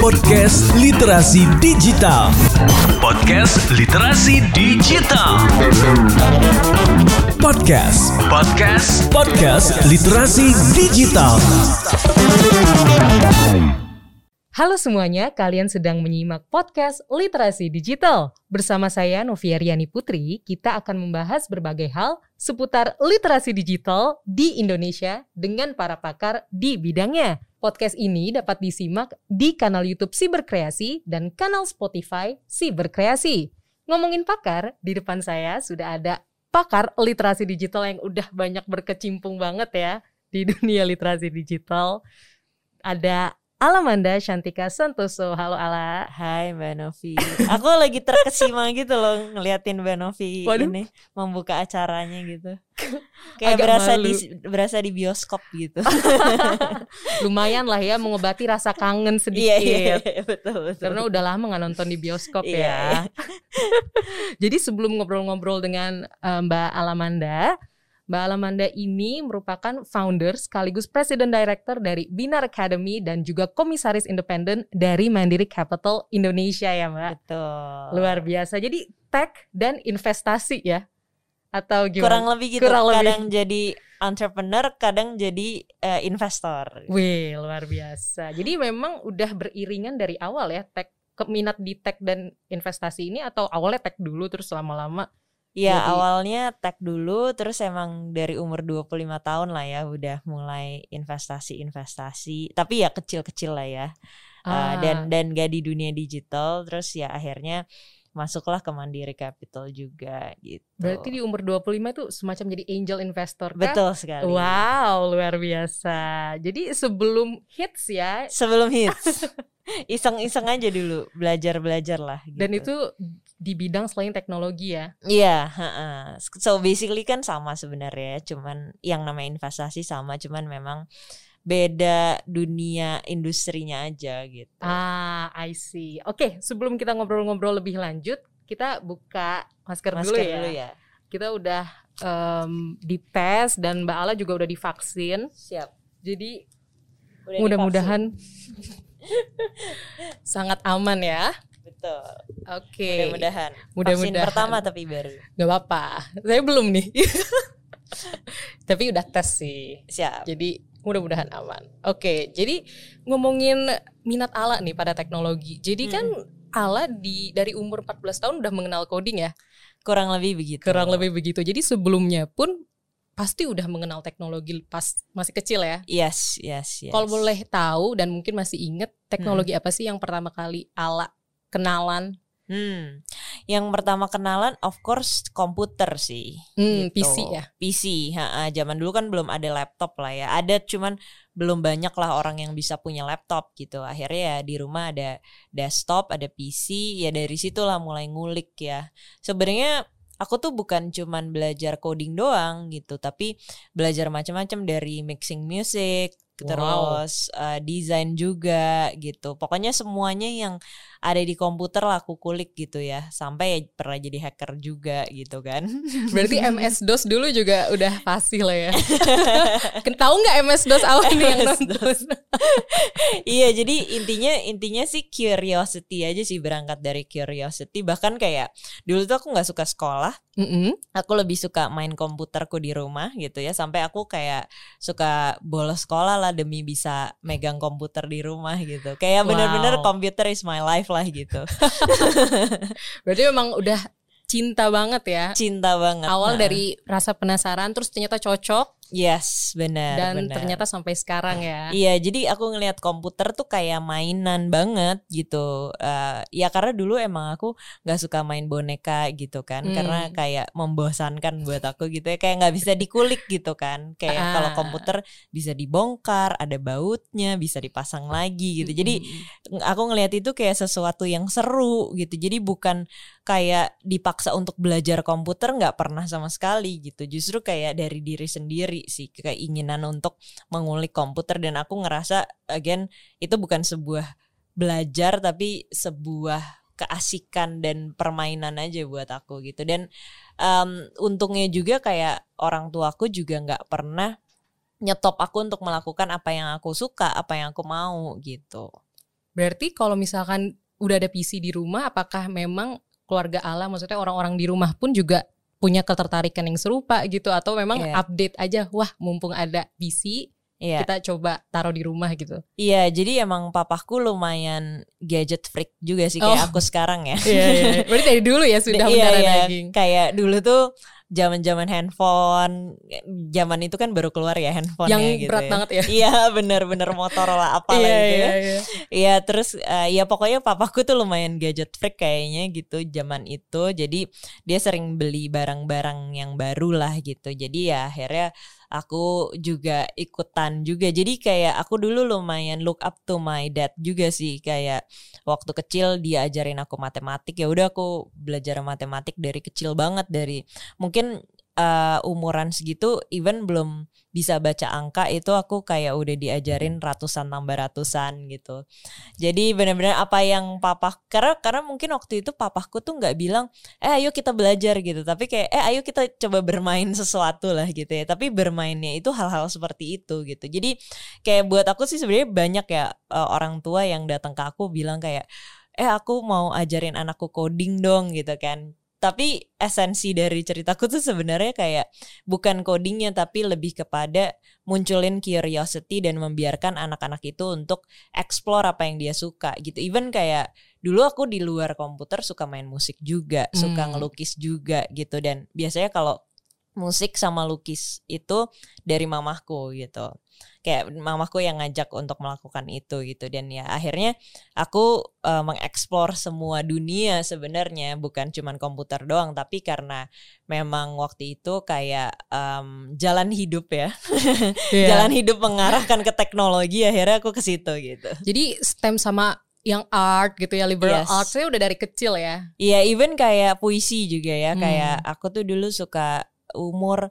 Podcast Literasi Digital. Podcast Literasi Digital. Podcast Literasi Digital. Halo semuanya, kalian sedang menyimak podcast Literasi Digital. Bersama saya Novia Riani Putri, kita akan membahas berbagai hal seputar literasi digital di Indonesia dengan para pakar di bidangnya. Podcast ini dapat disimak di kanal YouTube Siberkreasi dan kanal Spotify Siberkreasi. Ngomongin pakar, di depan saya sudah ada pakar literasi digital yang udah banyak berkecimpung banget ya di dunia literasi digital. Ada Alamanda Shantika Santoso. Halo Ala. Hai Mbak Novi. Aku lagi terkesima gitu loh ngeliatin Mbak Novi ini membuka acaranya gitu. Kayak berasa di bioskop gitu. Lumayan lah ya mengobati rasa kangen sedikit. Iya, betul. Karena udah lama gak nonton di bioskop ya. Jadi sebelum ngobrol-ngobrol dengan Mbak Alamanda, Mbak Alamanda ini merupakan founder sekaligus President Director dari Binar Academy dan juga komisaris independen dari Mandiri Capital Indonesia ya Mbak. Betul. Luar biasa. Jadi tech dan investasi ya? Atau gimana? Kurang lebih gitu. Kadang jadi entrepreneur, kadang jadi investor. Wih, luar biasa. Jadi memang udah beriringan dari awal ya minat di tech dan investasi ini, atau awalnya tech dulu terus lama-lama? Ya awalnya tech dulu, terus emang dari umur 25 tahun lah ya udah mulai investasi. Tapi ya kecil-kecil lah ya. Dan gak di dunia digital. Terus ya akhirnya masuklah ke Mandiri Capital juga gitu. Berarti di umur 25 itu semacam jadi angel investor kah? Betul sekali. Wow, luar biasa. Jadi sebelum hits ya. Sebelum hits. Iseng-iseng aja dulu, belajar lah gitu. Dan itu di bidang selain teknologi ya? Iya, so basically kan sama sebenarnya, cuman yang namanya investasi sama, cuman memang beda dunia industrinya aja gitu. I see. Oke, sebelum kita ngobrol-ngobrol lebih lanjut, kita buka masker dulu ya. Kita udah dites dan Mbak Ala juga udah divaksin. Siap. Jadi mudah-mudahan sangat aman ya. Betul. Oke. Mudah-mudahan. Vaksin pertama tapi baru. Gak apa-apa. Saya belum nih. Tapi udah tes sih. Siap. Jadi mudah-mudahan aman. Oke. Jadi ngomongin minat Ala nih pada teknologi. Jadi kan Ala dari umur 14 tahun udah mengenal coding ya? Kurang lebih begitu. Jadi sebelumnya pun pasti udah mengenal teknologi pas masih kecil ya? Yes. Kalau boleh tahu dan mungkin masih inget, teknologi apa sih yang pertama kali Ala kenalan? Yang pertama kenalan of course komputer sih. Gitu. PC ya? PC, zaman dulu kan belum ada laptop lah ya. Ada cuman belum banyak lah orang yang bisa punya laptop gitu. Akhirnya ya di rumah ada desktop, ada PC, ya dari situlah mulai ngulik ya. Sebenarnya aku tuh bukan cuman belajar coding doang gitu, tapi belajar macam-macam dari mixing music, terus desain juga gitu. Pokoknya semuanya yang ada di komputer lah aku kulik gitu ya. Sampai pernah jadi hacker juga gitu kan. Berarti MS-DOS dulu juga udah pasti lah ya. Tahu nggak MS-DOS awal nih yang nonton? Iya, jadi intinya sih curiosity aja sih, berangkat dari curiosity. Bahkan kayak dulu tuh aku nggak suka sekolah. Aku lebih suka main komputerku di rumah gitu ya. Sampai aku kayak suka bolos sekolah lah demi bisa megang komputer di rumah gitu. Kayak bener-bener computer is my life lah gitu. Berarti memang udah cinta banget ya? Cinta banget. Awal dari rasa penasaran, terus ternyata cocok. Yes, benar. Dan ternyata sampai sekarang ya. Iya, jadi aku ngelihat komputer tuh kayak mainan banget gitu. Ya karena dulu emang aku nggak suka main boneka gitu kan, karena kayak membosankan buat aku gitu ya. Kayak nggak bisa dikulik gitu kan. Kayak kalau komputer bisa dibongkar, ada bautnya, bisa dipasang lagi gitu. Jadi aku ngelihat itu kayak sesuatu yang seru gitu. Jadi bukan kayak dipaksa untuk belajar komputer, nggak pernah sama sekali gitu. Justru kayak dari diri sendiri sih, keinginan untuk mengulik komputer. Dan aku ngerasa again itu bukan sebuah belajar, tapi sebuah keasikan dan permainan aja buat aku gitu. Dan untungnya juga kayak orang tuaku juga nggak pernah nyetop aku untuk melakukan apa yang aku suka, apa yang aku mau gitu. Berarti kalau misalkan udah ada PC di rumah, apakah memang keluarga Ala, maksudnya orang-orang di rumah pun juga punya ketertarikan yang serupa gitu, atau memang update aja, wah mumpung ada PC kita coba taruh di rumah gitu? Iya, jadi emang papaku lumayan gadget freak juga sih kayak aku sekarang ya. Iya. Berarti dari dulu ya sudah mendarah daging. Kayak dulu tuh zaman-zaman handphone, zaman itu kan baru keluar ya handphone yang gitu berat ya. banget ya. Iya, bener-bener Motorola apalah gitu ya. Iya, terus ya pokoknya papaku tuh lumayan gadget freak kayaknya gitu zaman itu. Jadi dia sering beli barang-barang yang baru lah gitu. Jadi ya akhirnya aku juga ikutan juga. Jadi kayak aku dulu lumayan look up to my dad juga sih. Kayak waktu kecil dia ajarin aku matematik, ya udah aku belajar matematik dari kecil banget, dari mungkin umuran segitu even belum bisa baca angka itu aku kayak udah diajarin ratusan tambah ratusan gitu. Jadi benar-benar apa yang papa, karena mungkin waktu itu papaku tuh nggak bilang ayo kita belajar gitu, tapi kayak ayo kita coba bermain sesuatu lah gitu ya. Tapi bermainnya itu hal-hal seperti itu gitu. Jadi kayak buat aku sih sebenarnya banyak ya orang tua yang datang ke aku bilang kayak aku mau ajarin anakku coding dong gitu kan. Tapi esensi dari ceritaku tuh sebenarnya kayak bukan codingnya, tapi lebih kepada munculin curiosity dan membiarkan anak-anak itu untuk explore apa yang dia suka gitu. Even kayak dulu aku di luar komputer suka main musik juga, suka ngelukis juga gitu. Dan biasanya kalau musik sama lukis itu dari mamahku gitu. Kayak mamaku yang ngajak untuk melakukan itu gitu. Dan ya akhirnya aku mengeksplor semua dunia sebenarnya, bukan cuman komputer doang, tapi karena memang waktu itu kayak jalan hidup ya. Jalan hidup mengarahkan ke teknologi, akhirnya aku ke situ gitu. Jadi STEM sama yang art gitu ya, liberal arts saya udah dari kecil ya. Iya, even kayak puisi juga ya. Kayak aku tuh dulu suka umur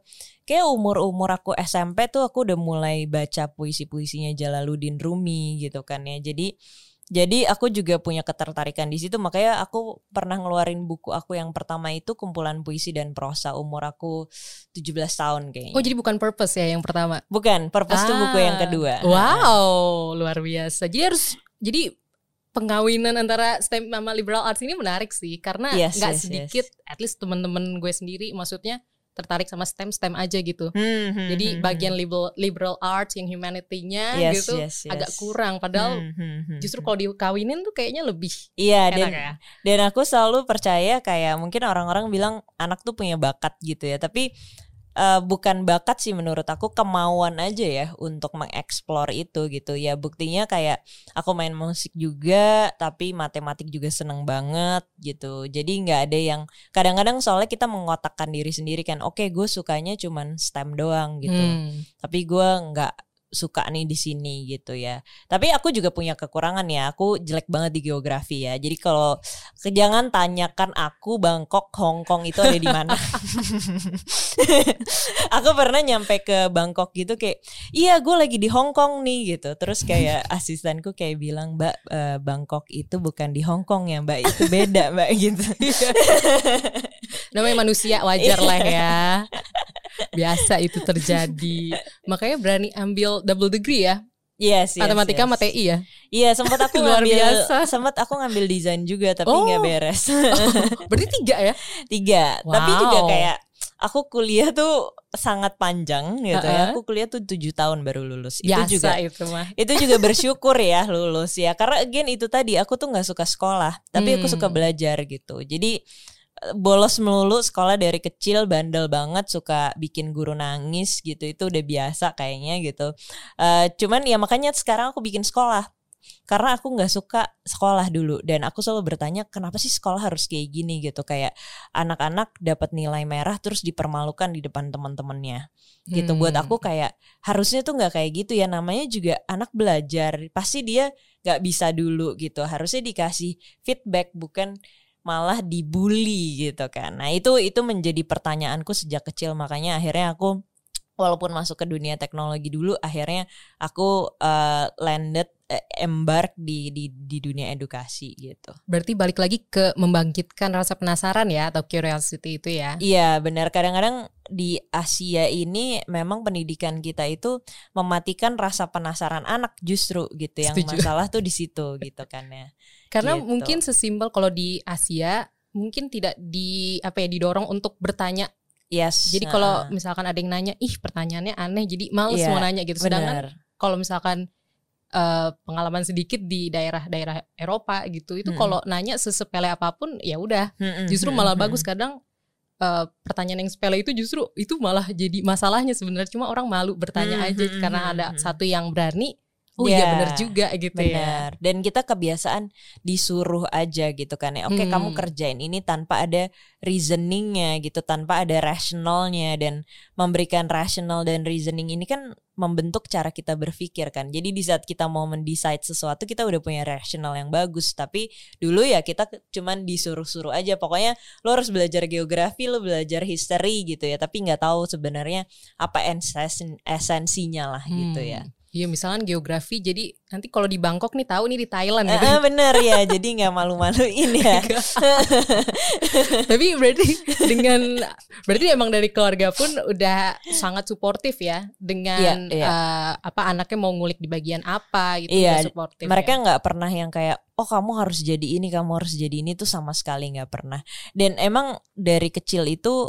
aku SMP tuh aku udah mulai baca puisi-puisinya Jalaluddin Rumi gitu kan ya. Jadi aku juga punya ketertarikan di situ, makanya aku pernah ngeluarin buku aku yang pertama itu kumpulan puisi dan prosa umur aku 17 tahun kayaknya. Oh, jadi bukan Purpose ya yang pertama? Bukan, Purpose tuh buku yang kedua. Wow, luar biasa. Jadi pengawinan antara STEM sama liberal arts ini menarik sih, karena nggak sedikit, at least teman-teman gue sendiri maksudnya tertarik sama STEM aja gitu. Jadi bagian liberal arts yang humanity-nya gitu agak kurang. Padahal justru kalau dikawinin tuh kayaknya lebih enak ya. Dan aku selalu percaya kayak mungkin orang-orang bilang anak tuh punya bakat gitu ya. Tapi bukan bakat sih menurut aku, kemauan aja ya untuk mengeksplor itu gitu ya. Buktinya kayak aku main musik juga, tapi matematik juga seneng banget gitu. Jadi nggak ada yang, kadang-kadang soalnya kita mengotakkan diri sendiri kan, oke gue sukanya cuman STEM doang gitu, tapi gue nggak suka nih di sini gitu ya. Tapi aku juga punya kekurangan ya. Aku jelek banget di geografi ya. Jadi kalau jangan tanyakan aku Bangkok, Hong Kong itu ada di mana. Aku pernah nyampe ke Bangkok gitu kayak, iya gue lagi di Hong Kong nih gitu. Terus kayak asistenku kayak bilang, Mbak, Bangkok itu bukan di Hong Kong ya Mbak, itu beda Mbak gitu. Namanya manusia, wajar lah ya. Biasa itu terjadi. Makanya berani ambil double degree ya. Yes, matematika sama TI ya. Iya, sempat aku ngambil desain juga tapi nggak beres. Berarti 3 ya? 3. Wow. Tapi juga kayak aku kuliah tuh sangat panjang gitu ya. Aku kuliah tuh 7 tahun baru lulus. Biasa itu juga bersyukur ya lulus ya. Karena again itu tadi aku tuh nggak suka sekolah, tapi aku suka belajar gitu. Jadi bolos melulu sekolah dari kecil, bandel banget, suka bikin guru nangis gitu, itu udah biasa kayaknya gitu. Cuman ya makanya sekarang aku bikin sekolah, karena aku nggak suka sekolah dulu, dan aku selalu bertanya kenapa sih sekolah harus kayak gini gitu, kayak anak-anak dapat nilai merah terus dipermalukan di depan teman-temannya gitu. Buat aku kayak harusnya tuh nggak kayak gitu ya, namanya juga anak belajar, pasti dia nggak bisa dulu gitu, harusnya dikasih feedback bukan malah dibully gitu kan. Nah itu menjadi pertanyaanku sejak kecil, makanya akhirnya aku walaupun masuk ke dunia teknologi dulu, akhirnya aku embark di dunia edukasi gitu. Berarti balik lagi ke membangkitkan rasa penasaran ya, atau curiosity itu ya. Iya benar, kadang-kadang di Asia ini memang pendidikan kita itu mematikan rasa penasaran anak justru gitu. Yang Setuju. masalah tuh di situ gitu kan ya. Karena Gitu. mungkin sesimpel kalau di Asia mungkin tidak didorong untuk bertanya. Yes. Jadi kalau misalkan ada yang nanya, pertanyaannya aneh, jadi males Iya, mau nanya gitu. Sedangkan benar. kalau misalkan pengalaman sedikit di daerah-daerah Eropa gitu, itu kalau nanya sesepele apapun ya udah, justru malah bagus. Kadang pertanyaan yang sepele itu justru itu malah jadi masalahnya sebenarnya, cuma orang malu bertanya aja karena ada satu yang berani. Oh iya benar juga gitu ya. Benar. Dan kita kebiasaan disuruh aja gitu kan ya. Oke, kamu kerjain ini tanpa ada reasoningnya gitu, tanpa ada rationalnya. Dan memberikan rational dan reasoning ini kan membentuk cara kita berpikir kan. Jadi di saat kita mau mendecide sesuatu, kita udah punya rational yang bagus. Tapi dulu ya kita cuman disuruh-suruh aja. Pokoknya lo harus belajar geografi, lo belajar history gitu ya. Tapi gak tahu sebenarnya apa esensinya lah gitu ya. Iya, misalkan geografi, jadi nanti kalau di Bangkok nih tahu nih di Thailand gitu. Bener ya, jadi nggak malu-maluin ya. Tapi berarti emang dari keluarga pun udah sangat suportif ya dengan anaknya mau ngulik di bagian apa gitu. Iya, suportif. Mereka nggak pernah yang kayak kamu harus jadi ini, kamu harus jadi ini, tuh sama sekali nggak pernah. Dan emang dari kecil itu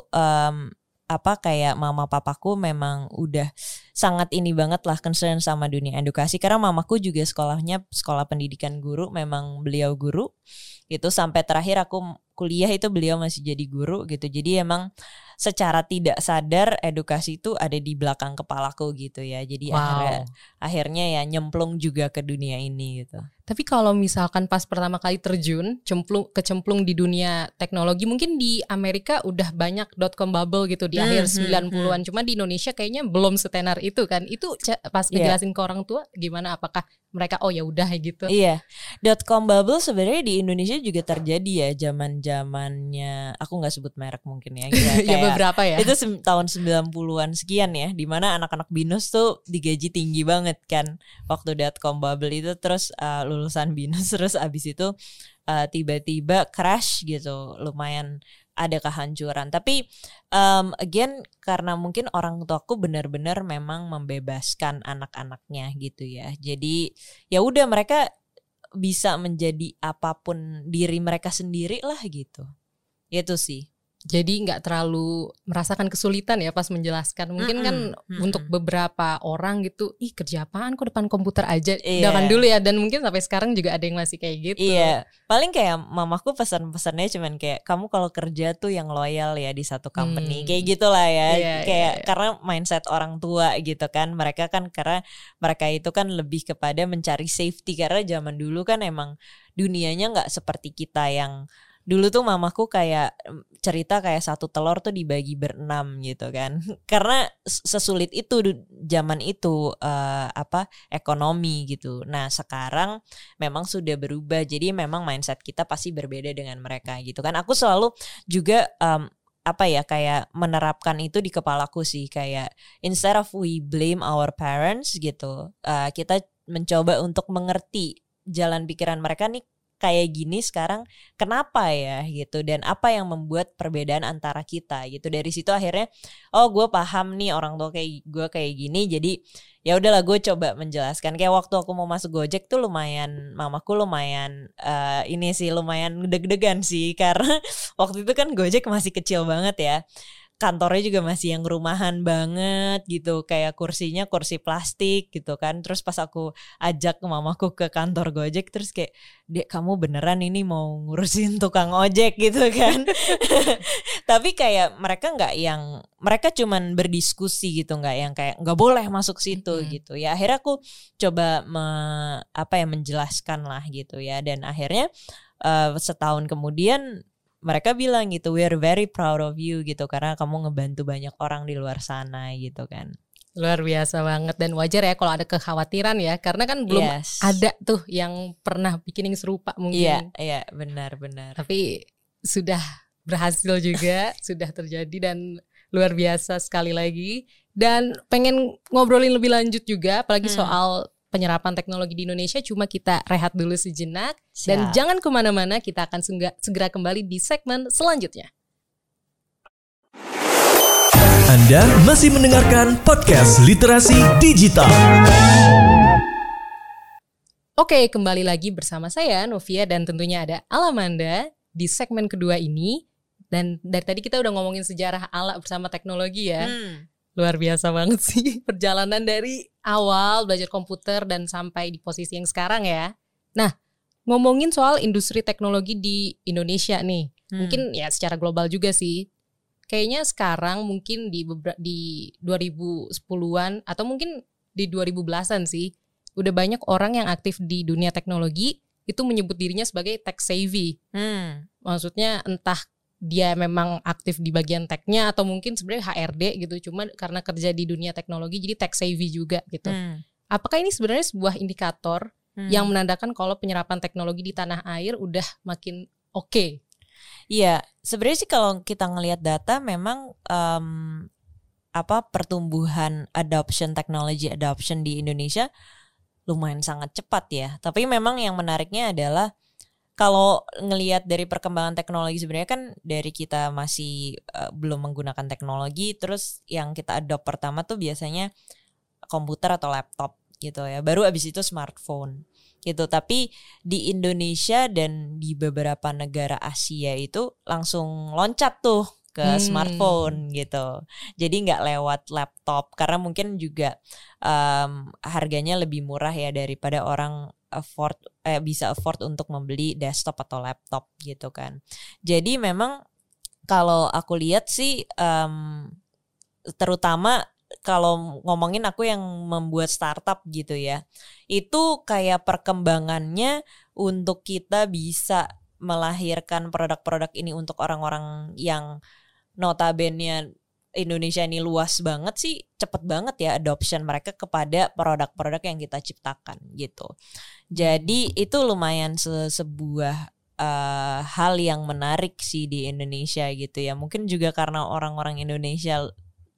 kayak mama papaku memang udah sangat ini banget lah concern sama dunia edukasi, karena mamaku juga sekolahnya sekolah pendidikan guru, memang beliau guru gitu, sampai terakhir aku kuliah itu beliau masih jadi guru gitu. Jadi emang secara tidak sadar edukasi itu ada di belakang kepalaku gitu ya. Jadi akhirnya ya nyemplung juga ke dunia ini gitu. Tapi kalau misalkan pas pertama kali terjun, kecemplung di dunia teknologi, mungkin di Amerika udah banyak .com bubble gitu di akhir 90-an. Cuma di Indonesia kayaknya belum setenar itu kan. Itu pas ngejelasin ke orang tua gimana, apakah mereka ya udah gitu? Iya. .com bubble sebenarnya di Indonesia juga terjadi ya, zaman-zamannya, aku nggak sebut merek mungkin ya. Ya beberapa ya. Itu tahun 90-an sekian ya, di mana anak-anak BINUS tuh digaji tinggi banget kan waktu .com bubble itu. Terus lulusan BINUS terus abis itu tiba-tiba crash gitu, lumayan ada kehancuran. Tapi again, karena mungkin orang tuaku benar-benar memang membebaskan anak-anaknya gitu ya. Jadi ya udah, mereka bisa menjadi apapun diri mereka sendiri lah gitu. Itu sih. Jadi nggak terlalu merasakan kesulitan ya pas menjelaskan. Mungkin kan untuk beberapa orang gitu, kerja apaan kok depan komputer aja. Jangan dulu ya, dan mungkin sampai sekarang juga ada yang masih kayak gitu. Iya, paling kayak mamaku pesan-pesannya cuman kayak, kamu kalau kerja tuh yang loyal ya di satu company. Kayak gitulah ya. Karena mindset orang tua gitu kan. Mereka kan, karena mereka itu kan lebih kepada mencari safety. Karena zaman dulu kan emang dunianya gak seperti kita yang dulu tuh. Mamaku kayak cerita kayak satu telur tuh dibagi berenam gitu kan. Karena sesulit itu zaman itu ekonomi gitu. Nah sekarang memang sudah berubah. Jadi memang mindset kita pasti berbeda dengan mereka gitu kan. Aku selalu juga kayak menerapkan itu di kepalaku sih. Kayak instead of we blame our parents gitu, kita mencoba untuk mengerti jalan pikiran mereka nih kayak gini sekarang, kenapa ya gitu, dan apa yang membuat perbedaan antara kita gitu. Dari situ akhirnya gue paham nih orang tua kayak gue kayak gini, jadi ya udahlah gue coba menjelaskan. Kayak waktu aku mau masuk Gojek tuh mamaku lumayan lumayan deg-degan sih, karena waktu itu kan Gojek masih kecil banget ya. Kantornya juga masih yang rumahan banget gitu, kayak kursinya kursi plastik gitu kan. Terus pas aku ajak mamaku ke kantor Gojek, terus kayak, Dek, kamu beneran ini mau ngurusin tukang ojek gitu kan. Tapi kayak mereka cuman berdiskusi gitu, nggak yang kayak nggak boleh masuk situ gitu ya. Akhirnya aku coba menjelaskan lah gitu ya, dan akhirnya setahun kemudian mereka bilang gitu, we are very proud of you gitu, karena kamu ngebantu banyak orang di luar sana gitu kan. Luar biasa banget, dan wajar ya kalau ada kekhawatiran ya, karena kan belum ada tuh yang pernah bikin yang serupa mungkin. Iya benar. Tapi sudah berhasil juga, sudah terjadi, dan luar biasa sekali lagi. Dan pengen ngobrolin lebih lanjut juga, apalagi soal penyerapan teknologi di Indonesia. Cuma kita rehat dulu sejenak. Dan jangan kemana-mana, kita akan segera kembali di segmen selanjutnya. Anda masih mendengarkan podcast Literasi Digital. Oke, kembali lagi bersama saya Novia dan tentunya ada Alamanda di segmen kedua ini. Dan dari tadi kita udah ngomongin sejarah Ala bersama teknologi ya. Luar biasa banget sih perjalanan dari awal belajar komputer dan sampai di posisi yang sekarang ya. Nah, ngomongin soal industri teknologi di Indonesia nih. Mungkin ya secara global juga sih. Kayaknya sekarang mungkin di 2010-an atau mungkin di 2010-an sih. Udah banyak orang yang aktif di dunia teknologi itu menyebut dirinya sebagai tech savvy. Maksudnya entah dia memang aktif di bagian tech-nya atau mungkin sebenarnya HRD gitu, cuma karena kerja di dunia teknologi jadi tech savvy juga gitu. Apakah ini sebenarnya sebuah indikator yang menandakan kalau penyerapan teknologi di tanah air udah makin oke? Iya, sebenarnya sih kalau kita ngelihat data memang pertumbuhan teknologi adoption di Indonesia lumayan sangat cepat ya. Tapi memang yang menariknya adalah kalau ngelihat dari perkembangan teknologi sebenarnya kan dari kita masih belum menggunakan teknologi, terus yang kita adopt pertama tuh biasanya komputer atau laptop gitu ya. Baru abis itu smartphone gitu. Tapi di Indonesia dan di beberapa negara Asia itu langsung loncat tuh ke smartphone gitu. Jadi nggak lewat laptop karena mungkin juga harganya lebih murah ya daripada orang bisa afford untuk membeli desktop atau laptop gitu kan. Jadi memang kalau aku lihat sih terutama kalau ngomongin aku yang membuat startup gitu ya, itu kayak perkembangannya untuk kita bisa melahirkan produk-produk ini untuk orang-orang yang notabene Indonesia ini luas banget sih, cepet banget ya adoption mereka kepada produk-produk yang kita ciptakan gitu. Jadi itu lumayan sebuah hal yang menarik sih di Indonesia gitu ya. Mungkin juga karena orang-orang Indonesia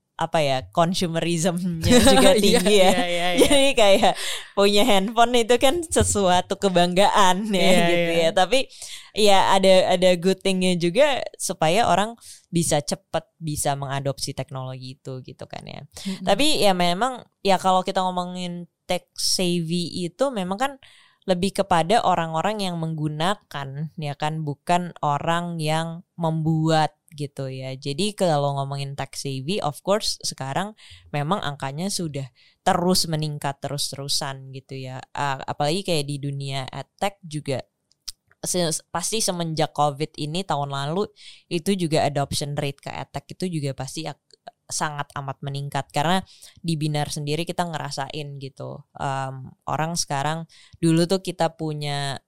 consumerism-nya juga tinggi ya. Jadi kayak punya handphone itu kan sesuatu kebanggaan ya gitu ya. Tapi ya ada good thing-nya juga supaya orang bisa cepat bisa mengadopsi teknologi itu gitu kan ya. Tapi ya memang ya kalau kita ngomongin tech savvy itu memang kan lebih kepada orang-orang yang menggunakan ya kan, bukan orang yang membuat gitu ya. Jadi kalau ngomongin tech savvy, of course sekarang memang angkanya sudah terus meningkat terus-terusan gitu ya. Apalagi kayak di dunia edtech juga pasti semenjak COVID ini tahun lalu itu juga adoption rate ke edtech itu juga pasti sangat amat meningkat karena di Binar sendiri kita ngerasain gitu. Orang sekarang dulu tuh kita punya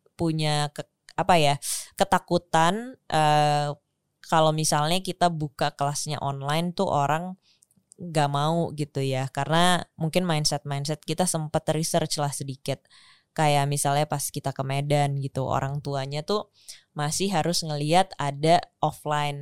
ketakutan kalau misalnya kita buka kelasnya online tuh orang gak mau gitu ya, karena mungkin mindset kita sempat research lah sedikit. Kayak misalnya pas kita ke Medan gitu, orang tuanya tuh masih harus ngelihat ada offline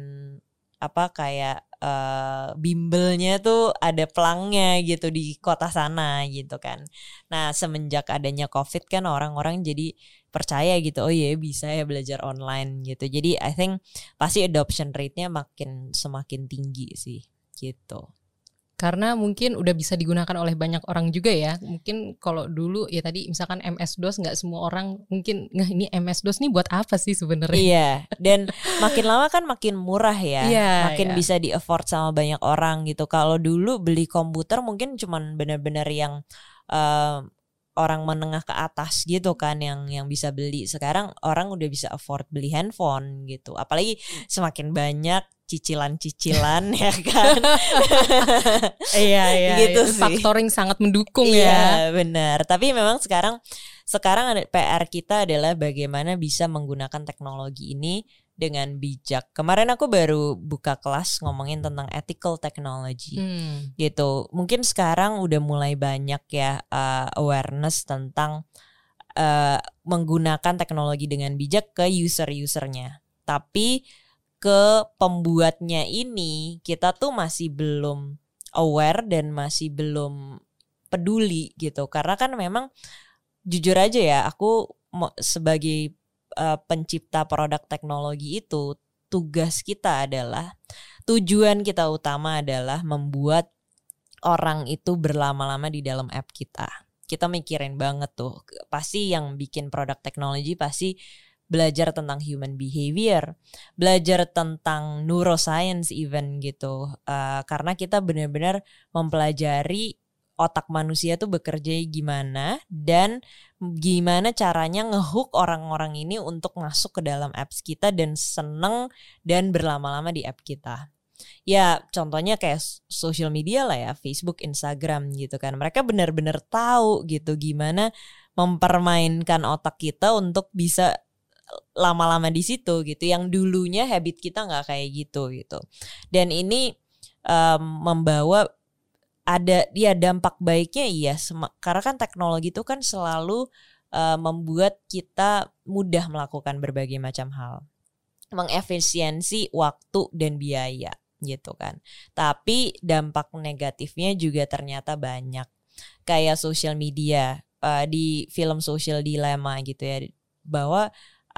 bimbelnya tuh ada pelangnya gitu di kota sana gitu kan. Nah semenjak adanya COVID kan orang-orang jadi percaya gitu, oh iya bisa ya belajar online gitu. Jadi I think pasti adoption rate-nya semakin tinggi sih gitu. Karena mungkin udah bisa digunakan oleh banyak orang juga ya. Mungkin kalau dulu ya tadi misalkan MS-DOS nggak semua orang mungkin ini MS-DOS nih buat apa sih sebenarnya. Iya, dan makin lama kan makin murah ya. Makin bisa di-afford sama banyak orang gitu. Kalau dulu beli komputer mungkin cuman benar-benar yang orang menengah ke atas gitu kan yang bisa beli. Sekarang orang udah bisa afford beli handphone gitu. Apalagi semakin banyak cicilan ya kan. Iya gitu sih. Faktoring sangat mendukung ya. Iya benar. Tapi memang sekarang ada PR kita adalah bagaimana bisa menggunakan teknologi ini dengan bijak. Kemarin aku baru buka kelas ngomongin tentang ethical technology gitu. Mungkin sekarang udah mulai banyak ya awareness tentang menggunakan teknologi dengan bijak ke usernya. Tapi ke pembuatnya ini kita tuh masih belum aware dan masih belum peduli gitu. Karena kan memang jujur aja ya, aku sebagai pencipta produk teknologi itu, tugas kita adalah, tujuan kita utama adalah membuat orang itu berlama-lama di dalam app kita. Kita mikirin banget tuh, pasti yang bikin produk teknologi pasti belajar tentang human behavior, belajar tentang neuroscience even gitu. Karena kita benar-benar mempelajari otak manusia tuh bekerja gimana dan gimana caranya ngehook orang-orang ini untuk masuk ke dalam apps kita dan seneng dan berlama-lama di app kita. Ya contohnya kayak social media lah ya, Facebook, Instagram gitu kan. Mereka benar-benar tahu gitu gimana mempermainkan otak kita untuk bisa lama-lama di situ gitu. Yang dulunya habit kita nggak kayak gitu. Dan ini membawa ada ya dampak baiknya iya. Karena kan teknologi itu kan selalu membuat kita mudah melakukan berbagai macam hal, mengefisiensi waktu dan biaya gitu kan. Tapi dampak negatifnya juga ternyata banyak. Kayak social media, di film Social Dilemma gitu ya, bahwa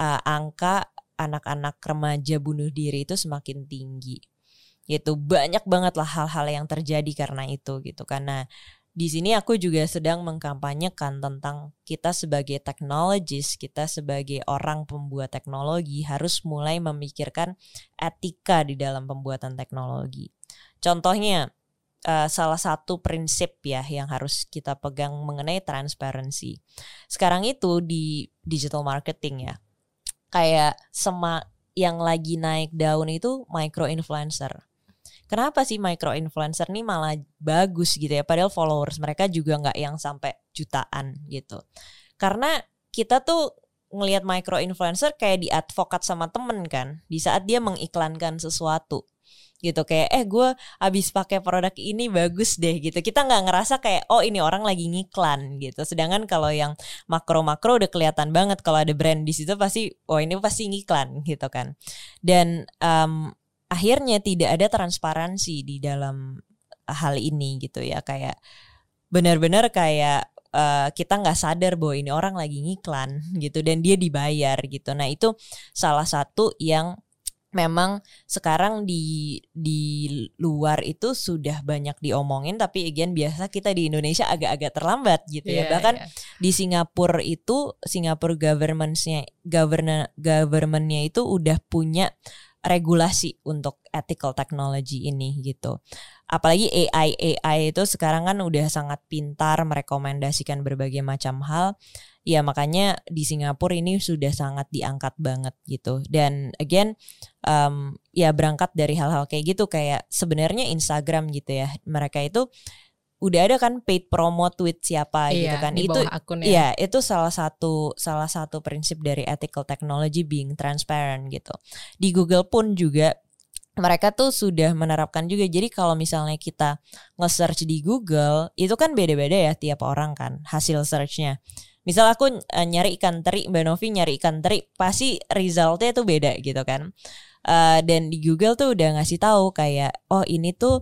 angka anak-anak remaja bunuh diri itu semakin tinggi. Gitu, banyak banget lah hal-hal yang terjadi karena itu gitu. Karena di sini aku juga sedang mengkampanyekan tentang kita sebagai technologist, kita sebagai orang pembuat teknologi harus mulai memikirkan etika di dalam pembuatan teknologi. Contohnya salah satu prinsip ya yang harus kita pegang mengenai transparansi. Sekarang itu di digital marketing ya, kayak yang lagi naik daun itu micro influencer. Kenapa sih micro influencer nih malah bagus gitu ya, padahal followers mereka juga nggak yang sampai jutaan gitu. Karena kita tuh ngelihat micro influencer kayak diadvokat sama temen kan, di saat dia mengiklankan sesuatu gitu, kayak gue abis pakai produk ini bagus deh gitu. Kita nggak ngerasa kayak oh ini orang lagi ngiklan gitu. Sedangkan kalau yang makro udah kelihatan banget kalau ada brand di situ pasti oh ini pasti ngiklan gitu kan. Dan akhirnya tidak ada transparansi di dalam hal ini gitu ya, kayak benar-benar kayak kita nggak sadar bahwa ini orang lagi ngiklan gitu dan dia dibayar gitu. Nah itu salah satu yang memang sekarang di luar itu sudah banyak diomongin, tapi again biasa kita di Indonesia agak-agak terlambat gitu ya. Bahkan di Singapura itu governmentnya itu udah punya regulasi untuk ethical technology ini gitu. Apalagi AI itu sekarang kan udah sangat pintar merekomendasikan berbagai macam hal. Ya makanya di Singapura ini sudah sangat diangkat banget gitu. Dan again ya berangkat dari hal-hal kayak gitu, kayak sebenarnya Instagram gitu ya. Mereka itu udah ada kan paid promo tweet siapa gitu kan. Itu ya itu salah satu prinsip dari ethical technology, being transparent gitu. Di Google pun juga mereka tuh sudah menerapkan juga. Jadi kalau misalnya kita nge-search di Google, itu kan beda-beda ya tiap orang kan hasil searchnya. Misal aku nyari ikan teri, Mbak Novi nyari ikan teri, pasti resultnya tuh beda gitu kan. Dan di Google tuh udah ngasih tahu kayak oh ini tuh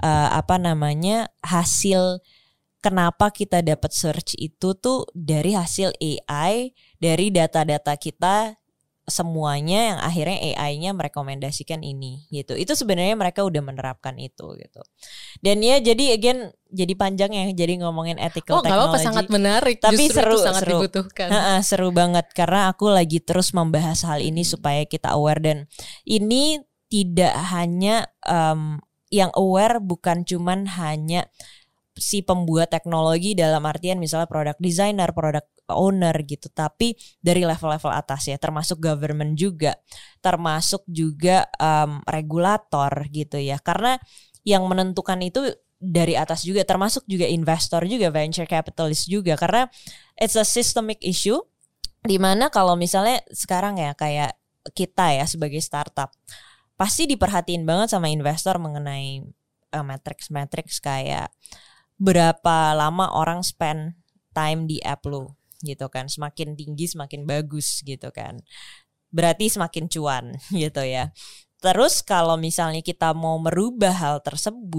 hasil kenapa kita dapat search itu tuh dari hasil AI, dari data-data kita semuanya yang akhirnya AI-nya merekomendasikan ini gitu. Itu sebenarnya mereka udah menerapkan itu gitu. Dan ya jadi again jadi panjang ya, jadi ngomongin ethical technology. Oh, sangat menarik. Tapi seru dibutuhkan. Seru banget karena aku lagi terus membahas hal ini supaya kita aware, dan ini tidak hanya yang aware bukan cuman hanya si pembuat teknologi dalam artian misalnya product designer, product owner gitu, tapi dari level-level atas ya, termasuk government juga, termasuk juga regulator gitu ya, karena yang menentukan itu dari atas juga, termasuk juga investor juga, venture capitalist juga, karena it's a systemic issue, dimana kalau misalnya sekarang ya kayak kita ya sebagai startup pasti diperhatiin banget sama investor mengenai metrics kayak berapa lama orang spend time di app lo gitu kan. Semakin tinggi semakin bagus gitu kan, berarti semakin cuan gitu ya. Terus kalau misalnya kita mau merubah hal tersebut,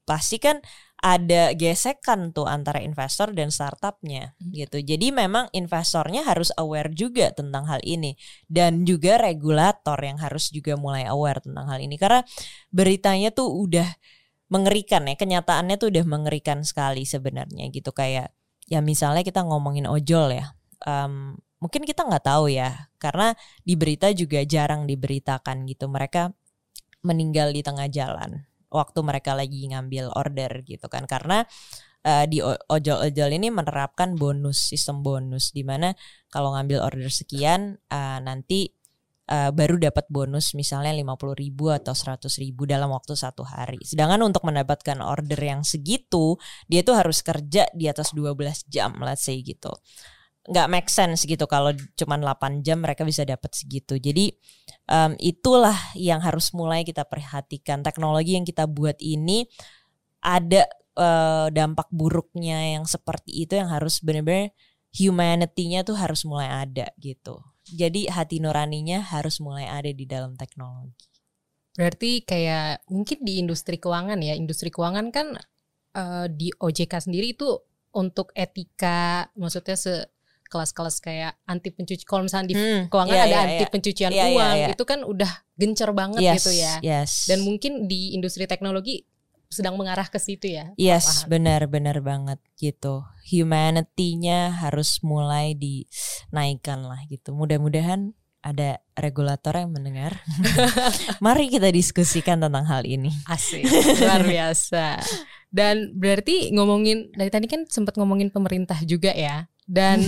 pasti kan ada gesekan tuh antara investor dan startupnya gitu. Jadi memang investornya harus aware juga tentang hal ini, dan juga regulator yang harus juga mulai aware tentang hal ini, karena beritanya tuh udah mengerikan ya, kenyataannya tuh udah mengerikan sekali sebenarnya gitu. Kayak ya misalnya kita ngomongin ojol ya, mungkin kita nggak tahu ya, karena di berita juga jarang diberitakan gitu, mereka meninggal di tengah jalan waktu mereka lagi ngambil order gitu kan, karena di ojol-ojol ini menerapkan sistem bonus, di mana kalau ngambil order sekian nanti baru dapat bonus misalnya 50.000 atau 100.000 dalam waktu 1 hari. Sedangkan untuk mendapatkan order yang segitu, dia tuh harus kerja di atas 12 jam, let's say gitu. Nggak make sense gitu kalau cuma 8 jam mereka bisa dapat segitu. Jadi itulah yang harus mulai kita perhatikan. Teknologi yang kita buat ini ada dampak buruknya yang seperti itu, yang harus benar-benar humanity-nya tuh harus mulai ada gitu. Jadi hati nuraninya harus mulai ada di dalam teknologi. Berarti kayak mungkin di industri keuangan ya, industri keuangan kan di OJK sendiri itu untuk etika, maksudnya kelas-kelas kayak anti pencuci, kalau misalnya di keuangan ada anti pencucian uang, itu kan udah gencar banget gitu ya. Dan mungkin di industri teknologi sedang mengarah ke situ ya. Yes, benar banget gitu. Humanity-nya harus mulai dinaikkan lah gitu. Mudah-mudahan ada regulator yang mendengar. Mari kita diskusikan tentang hal ini. Asik, luar biasa. Dan berarti ngomongin, dari tadi kan sempat ngomongin pemerintah juga ya. Dan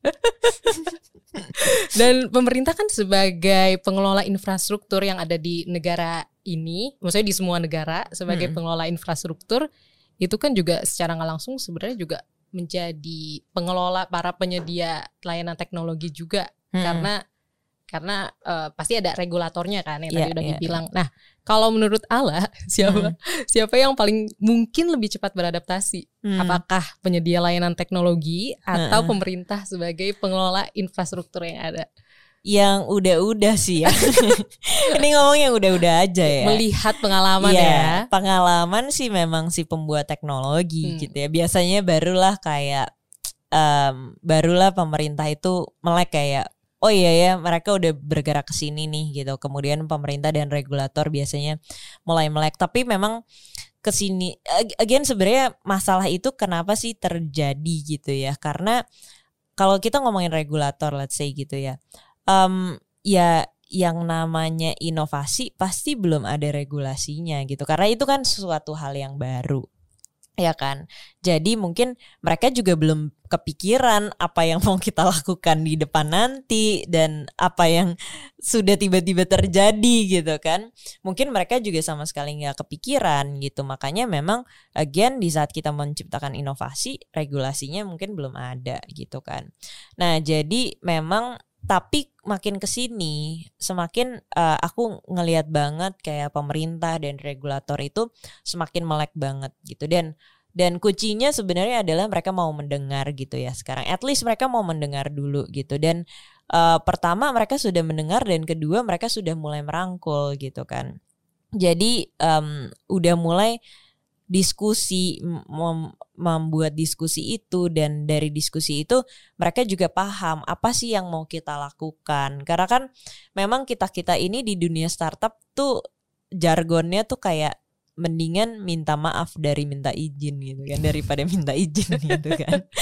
pemerintah kan sebagai pengelola infrastruktur yang ada di negara ini, maksudnya di semua negara sebagai pengelola infrastruktur, itu kan juga secara nggak langsung sebenarnya juga menjadi pengelola, para penyedia layanan teknologi juga, karena pasti ada regulatornya kan yang tadi udah dibilang. Nah, kalau menurut Ala, siapa yang paling mungkin lebih cepat beradaptasi? Apakah penyedia layanan teknologi atau pemerintah sebagai pengelola infrastruktur yang ada? Yang udah-udah sih ya. Ini ngomong yang udah-udah aja ya. Melihat pengalaman ya. Pengalaman sih memang si pembuat teknologi gitu ya. Biasanya barulah pemerintah itu melek kayak, oh iya ya, mereka udah bergerak ke sini nih gitu. Kemudian pemerintah dan regulator biasanya mulai melek. Tapi memang ke sini again sebenarnya masalah itu kenapa sih terjadi gitu ya? Karena kalau kita ngomongin regulator, let's say gitu ya. Ya yang namanya inovasi pasti belum ada regulasinya gitu. Karena itu kan sesuatu hal yang baru. Ya kan, jadi mungkin mereka juga belum kepikiran apa yang mau kita lakukan di depan nanti dan apa yang sudah tiba-tiba terjadi gitu kan. Mungkin mereka juga sama sekali nggak kepikiran gitu. Makanya memang again di saat kita menciptakan inovasi, regulasinya mungkin belum ada gitu kan. Nah jadi memang tapi makin kesini semakin aku ngelihat banget kayak pemerintah dan regulator itu semakin melek banget gitu, dan kuncinya sebenarnya adalah mereka mau mendengar gitu ya sekarang. At least mereka mau mendengar dulu gitu, dan pertama mereka sudah mendengar, dan kedua mereka sudah mulai merangkul gitu kan. Jadi udah mulai diskusi, membuat diskusi itu, dan dari diskusi itu mereka juga paham apa sih yang mau kita lakukan. Karena kan memang kita ini di dunia startup tuh jargonnya tuh kayak mendingan minta maaf dari minta izin gitu kan, daripada minta izin gitu kan.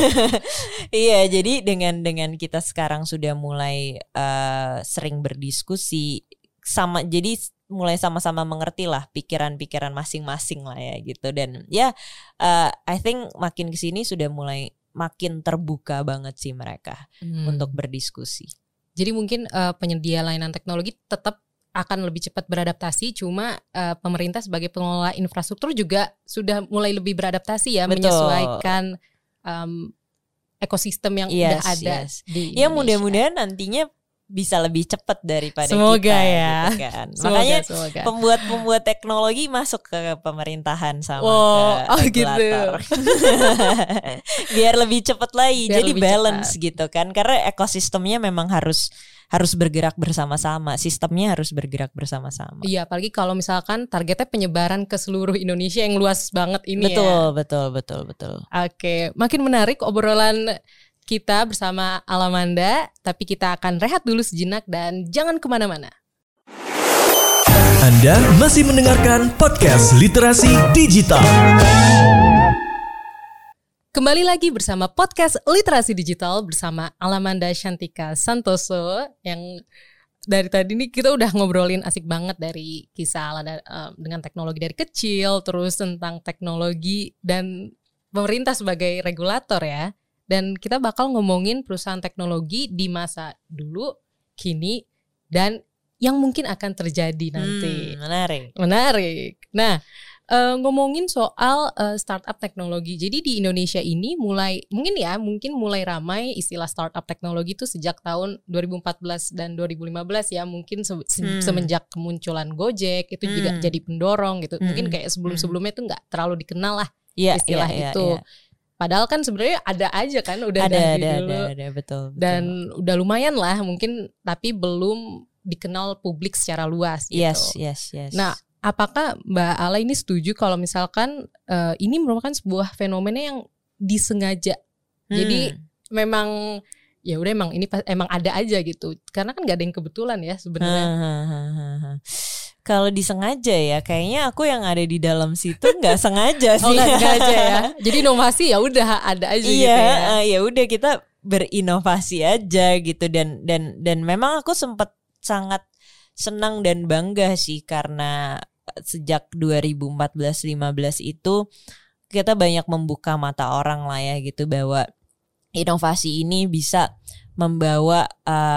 Iya, jadi dengan kita sekarang sudah mulai sering berdiskusi jadi mulai sama-sama mengerti lah pikiran-pikiran masing-masing lah ya gitu. Dan ya I think makin kesini sudah mulai makin terbuka banget sih mereka untuk berdiskusi. Jadi mungkin penyedia layanan teknologi tetap akan lebih cepat beradaptasi, cuma pemerintah sebagai pengelola infrastruktur juga sudah mulai lebih beradaptasi ya. Betul. Menyesuaikan ekosistem yang udah ada di Indonesia. Ya mudah-mudahan nantinya bisa lebih cepat daripada Semoga kita ya. gitu kan. Semoga, Makanya semoga. pembuat teknologi masuk ke pemerintahan sama ke gitu. regulator. Biar lebih cepat lagi. Biar Jadi lebih balance cepat. gitu kan. Karena ekosistemnya memang harus bergerak bersama-sama. Sistemnya harus bergerak bersama-sama. Iya, apalagi kalau misalkan targetnya penyebaran ke seluruh Indonesia yang luas banget ini Betul. Oke, makin menarik obrolan kita bersama Alamanda, tapi kita akan rehat dulu sejenak dan jangan kemana-mana. Anda masih mendengarkan podcast Literasi Digital. Kembali lagi bersama podcast Literasi Digital bersama Alamanda Shantika Santoso, yang dari tadi nih kita udah ngobrolin asik banget dari kisah Ala dengan teknologi dari kecil, terus tentang teknologi dan pemerintah sebagai regulator ya. Dan kita bakal ngomongin perusahaan teknologi di masa dulu, kini, dan yang mungkin akan terjadi nanti. Menarik. Nah, ngomongin soal startup teknologi. Jadi di Indonesia ini mungkin mulai ramai istilah startup teknologi itu sejak tahun 2014 dan 2015 ya. Mungkin semenjak kemunculan Gojek itu juga jadi pendorong gitu. Mungkin kayak sebelum-sebelumnya itu nggak terlalu dikenal lah istilah itu. Padahal kan sebenarnya ada aja kan, udah ada, betul. Dan udah lumayan lah mungkin, tapi belum dikenal publik secara luas gitu. Yes. Nah, apakah Mbak Ala ini setuju kalau misalkan ini merupakan sebuah fenomena yang disengaja? Jadi memang ya udah emang ada aja gitu. Karena kan nggak ada yang kebetulan ya sebenarnya. Kalau disengaja ya, kayaknya aku yang ada di dalam situ nggak sengaja sih. Nggak sengaja ya. Jadi inovasi ya udah ada aja gitu ya. Ya udah kita berinovasi aja gitu, dan memang aku sempat sangat senang dan bangga sih karena sejak 2014-15 itu kita banyak membuka mata orang lah ya gitu, bahwa inovasi ini bisa membawa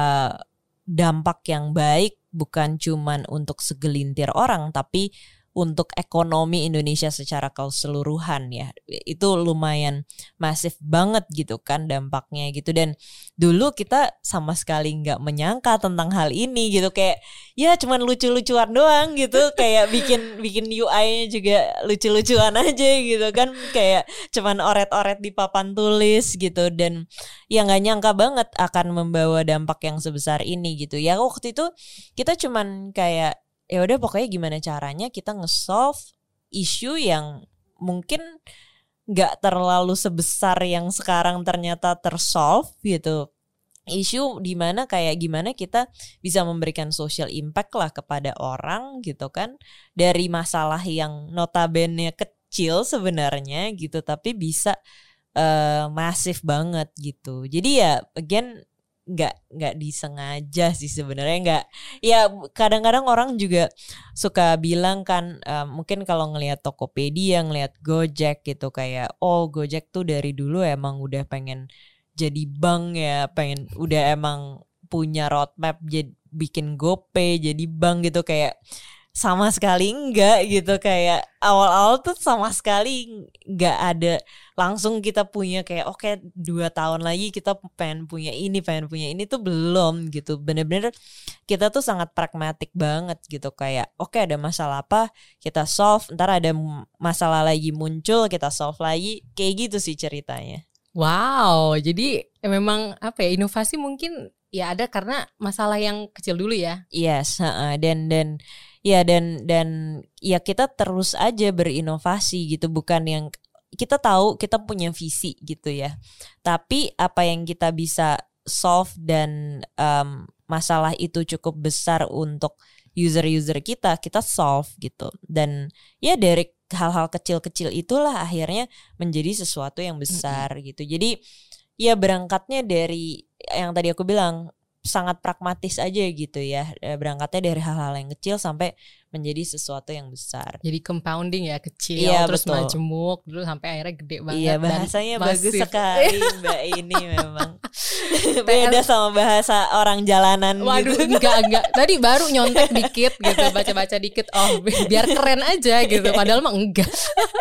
dampak yang baik bukan cuman untuk segelintir orang tapi untuk ekonomi Indonesia secara keseluruhan ya. Itu lumayan masif banget gitu kan dampaknya gitu. Dan dulu kita sama sekali gak menyangka tentang hal ini gitu. Kayak ya cuman lucu-lucuan doang gitu. Kayak bikin UI-nya juga lucu-lucuan aja gitu kan. Kayak cuman oret-oret di papan tulis gitu. Dan ya gak nyangka banget akan membawa dampak yang sebesar ini gitu. Ya waktu itu kita cuman kayak ya udah pokoknya gimana caranya kita nge-solve isu yang mungkin gak terlalu sebesar yang sekarang ternyata tersolve gitu. Isu dimana kayak gimana kita bisa memberikan social impact lah kepada orang gitu kan. Dari masalah yang notabene kecil sebenarnya gitu, tapi bisa masif banget gitu. Jadi ya again nggak disengaja sih sebenarnya, nggak. Ya kadang-kadang orang juga suka bilang kan mungkin kalau ngelihat Tokopedia, ngelihat Gojek gitu, kayak oh Gojek tuh dari dulu emang udah pengen jadi bank ya, udah emang punya roadmap bikin GoPay jadi bank gitu. Kayak sama sekali enggak gitu. Kayak awal-awal tuh sama sekali enggak ada langsung kita punya kayak oke 2 tahun lagi kita pengen punya ini tuh belum gitu. Bener-bener kita tuh sangat pragmatik banget gitu. Kayak oke ada masalah apa kita solve, ntar ada masalah lagi muncul kita solve lagi. Kayak gitu sih ceritanya. Wow, jadi memang apa ya, inovasi mungkin ya ada karena masalah yang kecil dulu ya. Yes, dan ya kita terus aja berinovasi gitu, bukan yang kita tahu kita punya visi gitu ya. Tapi apa yang kita bisa solve dan masalah itu cukup besar untuk user-user kita solve gitu. Dan ya dari hal-hal kecil-kecil itulah akhirnya menjadi sesuatu yang besar gitu. Jadi ya berangkatnya dari yang tadi aku bilang sangat pragmatis aja gitu ya. Berangkatnya dari hal-hal yang kecil sampai menjadi sesuatu yang besar. Jadi compounding ya, kecil ya, terus betul. majemuk terus sampai akhirnya gede banget. Iya, bahasanya dan bagus masif. sekali Mbak ini memang. Beda sama bahasa orang jalanan. Waduh, gitu. enggak. Tadi baru nyontek dikit gitu, baca-baca dikit. Oh, biar keren aja gitu. Padahal mah enggak.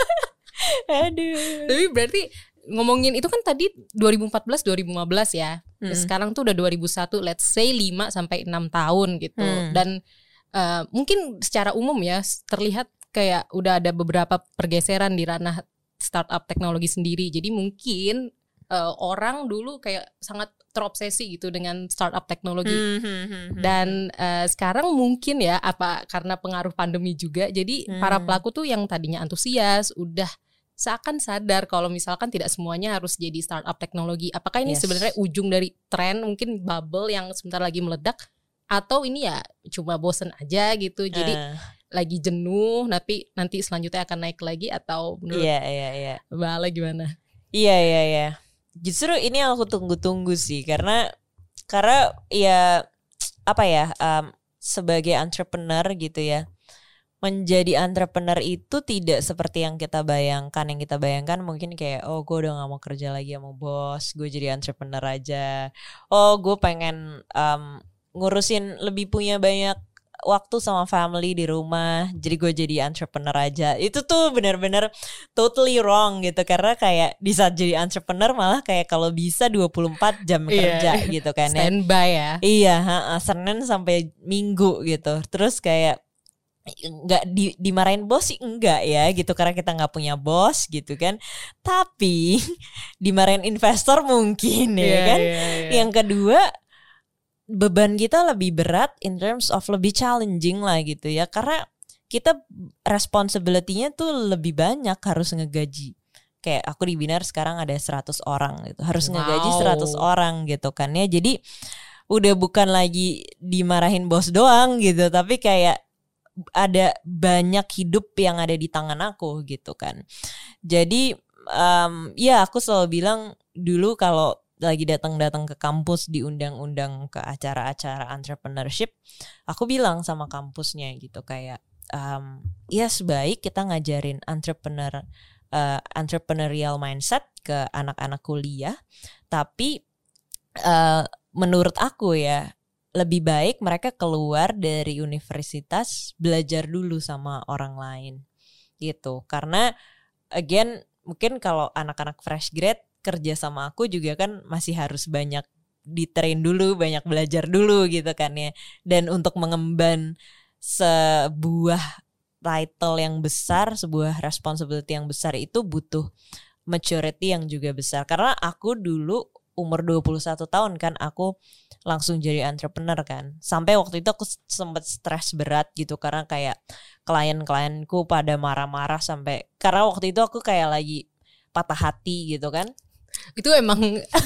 Aduh. Tapi berarti ngomongin itu kan tadi 2014-2015 ya. Sekarang tuh udah 2001, let's say 5 sampai 6 tahun gitu. Dan mungkin secara umum ya terlihat kayak udah ada beberapa pergeseran di ranah startup teknologi sendiri. Jadi mungkin orang dulu kayak sangat terobsesi gitu dengan startup teknologi. Dan sekarang mungkin ya karena pengaruh pandemi juga, jadi para pelaku tuh yang tadinya antusias udah seakan sadar kalau misalkan tidak semuanya harus jadi startup teknologi. Apakah ini sebenarnya ujung dari tren mungkin bubble yang sebentar lagi meledak, atau ini ya cuma bosen aja gitu. Jadi lagi jenuh, tapi nanti selanjutnya akan naik lagi, atau menurut Mbak Ale gimana? Iya. Justru ini yang aku tunggu-tunggu sih, karena ya apa ya, sebagai entrepreneur gitu ya, menjadi entrepreneur itu tidak seperti yang kita bayangkan. Yang kita bayangkan mungkin kayak, oh gue udah gak mau kerja lagi sama bos, gue jadi entrepreneur aja. Oh gue pengen ngurusin lebih punya banyak waktu sama family di rumah, jadi gue jadi entrepreneur aja. Itu tuh benar-benar totally wrong gitu. Karena kayak di saat jadi entrepreneur malah kayak kalau bisa 24 jam kerja gitu kan ya. Standby ya. Iya, Senin sampai Minggu gitu. Terus kayak nggak dimarahin bos sih enggak ya gitu, karena kita nggak punya bos gitu kan. Tapi dimarahin investor mungkin ya kan. Yang kedua, beban kita lebih berat in terms of lebih challenging lah gitu ya, karena kita responsibility-nya tuh lebih banyak, harus ngegaji. Kayak aku di Binar sekarang ada 100 orang gitu, harus ngegaji 100 orang gitu kan ya. Jadi udah bukan lagi dimarahin bos doang gitu, tapi kayak ada banyak hidup yang ada di tangan aku gitu kan. Jadi ya aku selalu bilang dulu kalau lagi datang ke kampus, diundang-undang ke acara-acara entrepreneurship, aku bilang sama kampusnya gitu kayak ya sebaik kita ngajarin entrepreneurial mindset ke anak-anak kuliah, tapi menurut aku ya lebih baik mereka keluar dari universitas, belajar dulu sama orang lain gitu. Karena again mungkin kalau anak-anak fresh grad kerja sama aku juga kan masih harus banyak di-train dulu, banyak belajar dulu gitu kan ya. Dan untuk mengemban sebuah title yang besar, sebuah responsibility yang besar itu butuh maturity yang juga besar. Karena aku dulu umur 21 tahun kan aku langsung jadi entrepreneur kan. Sampai waktu itu aku sempat stres berat gitu karena kayak klien-klienku pada marah-marah sampai, karena waktu itu aku kayak lagi patah hati gitu kan. Itu emang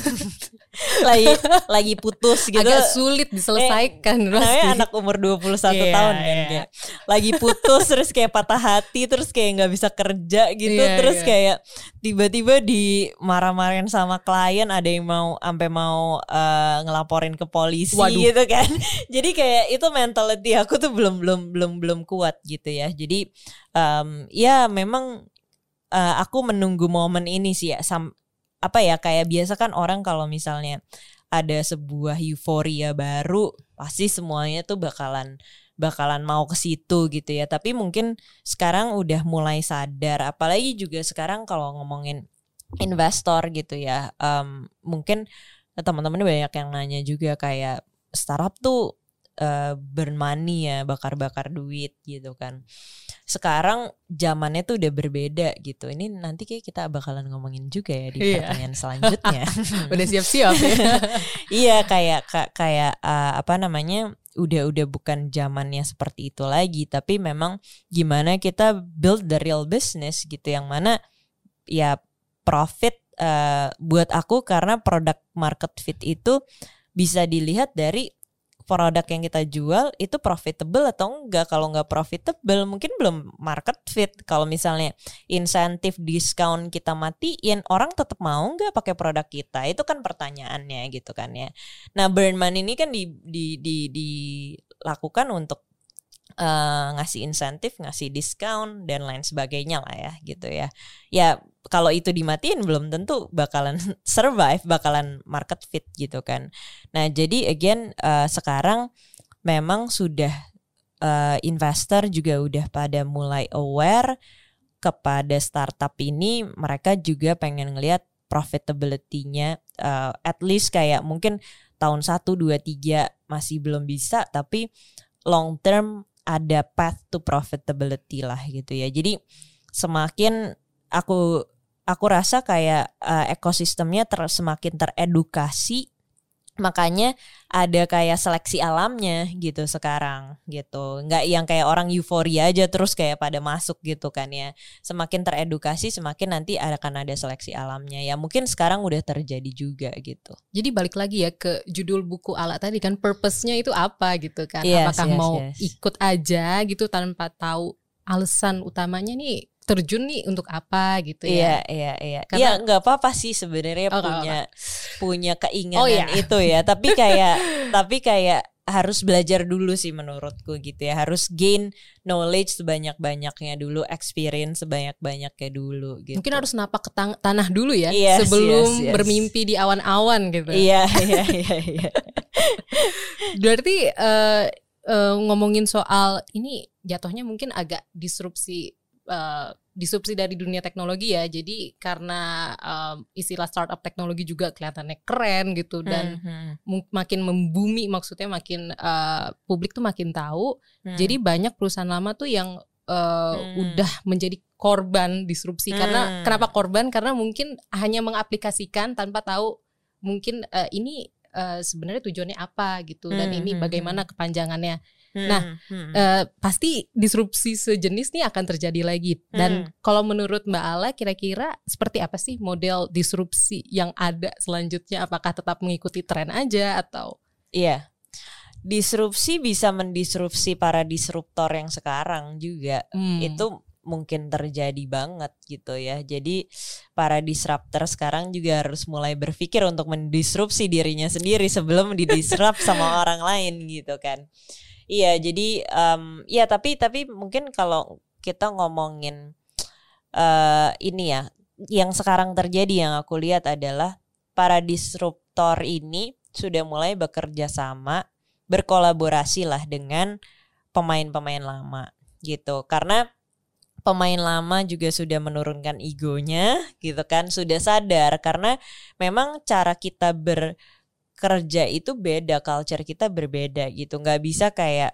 lagi putus gitu. Agak sulit diselesaikan. Namanya anak umur 21 tahun kan kayak lagi putus terus kayak patah hati, terus kayak gak bisa kerja gitu. Terus kayak tiba-tiba dimarah-marahin sama klien, ada yang mau ngelaporin ke polisi. Waduh. Gitu kan. Jadi kayak itu mentality aku tuh belum kuat gitu ya. Jadi ya memang aku menunggu momen ini sih ya. Kayak biasa kan orang kalau misalnya ada sebuah euforia baru, pasti semuanya tuh bakalan mau ke situ gitu ya. Tapi mungkin sekarang udah mulai sadar, apalagi juga sekarang kalau ngomongin investor gitu ya, mungkin teman-teman banyak yang nanya juga kayak startup tuh burn money ya, bakar-bakar duit gitu kan. Sekarang zamannya tuh udah berbeda gitu. Ini nanti kayak kita bakalan ngomongin juga ya di pertanyaan selanjutnya. Udah siap-siap ya. Iya, kayak udah bukan zamannya seperti itu lagi, tapi memang gimana kita build the real business gitu, yang mana ya profit buat aku, karena product market fit itu bisa dilihat dari produk yang kita jual itu profitable atau enggak. Kalau enggak profitable mungkin belum market fit. Kalau misalnya insentif diskon kita matiin, orang tetap mau enggak pakai produk kita? Itu kan pertanyaannya gitu kan ya. Nah, burn money ini kan dilakukan untuk ngasih insentif, ngasih diskon dan lain sebagainya lah ya gitu ya. Ya kalau itu dimatiin belum tentu bakalan survive, bakalan market fit gitu kan. Nah jadi again sekarang memang sudah investor juga udah pada mulai aware kepada startup ini. Mereka juga pengen ngelihat profitability-nya at least kayak mungkin tahun 1, 2, 3 masih belum bisa, tapi long term ada path to profitability lah gitu ya. Jadi semakin aku rasa kayak ekosistemnya semakin teredukasi, makanya ada kayak seleksi alamnya gitu sekarang gitu. Nggak yang kayak orang euforia aja terus kayak pada masuk gitu kan ya. Semakin teredukasi semakin nanti akan ada seleksi alamnya. Ya mungkin sekarang udah terjadi juga gitu. Jadi balik lagi ya ke judul buku Ala tadi kan, purpose-nya itu apa gitu kan. Apakah mau ikut aja gitu tanpa tahu alasan utamanya nih terjun nih untuk apa gitu ya. Iya. Iya nggak apa-apa sih sebenarnya punya keinginan itu ya. Tapi kayak harus belajar dulu sih menurutku gitu ya. Harus gain knowledge sebanyak-banyaknya dulu, experience sebanyak-banyaknya dulu gitu. Mungkin harus napak ke tanah dulu ya, sebelum bermimpi di awan-awan gitu. Iya. Berarti ngomongin soal ini jatuhnya mungkin agak disrupsi dari dunia teknologi ya. Jadi karena istilah startup teknologi juga kelihatannya keren gitu dan makin membumi, maksudnya makin publik tuh makin tahu. Jadi banyak perusahaan lama tuh yang udah menjadi korban disrupsi. Karena kenapa korban? Karena mungkin hanya mengaplikasikan tanpa tahu mungkin ini sebenarnya tujuannya apa gitu dan ini bagaimana kepanjangannya. Nah, pasti disrupsi sejenis nih akan terjadi lagi. Dan kalau menurut Mbak Ala, kira-kira seperti apa sih model disrupsi yang ada selanjutnya? Apakah tetap mengikuti tren aja atau? Iya, disrupsi bisa mendisrupsi para disruptor yang sekarang juga. Itu mungkin terjadi banget gitu ya. Jadi para disruptor sekarang juga harus mulai berpikir untuk mendisrupsi dirinya sendiri sebelum didisrupt sama orang lain gitu kan. Iya, jadi ya tapi mungkin kalau kita ngomongin ini ya, yang sekarang terjadi yang aku lihat adalah para disruptor ini sudah mulai bekerja sama, berkolaborasi lah dengan pemain-pemain lama gitu. Karena pemain lama juga sudah menurunkan egonya gitu kan, sudah sadar karena memang cara kita kerja itu beda, culture kita berbeda gitu. Nggak bisa kayak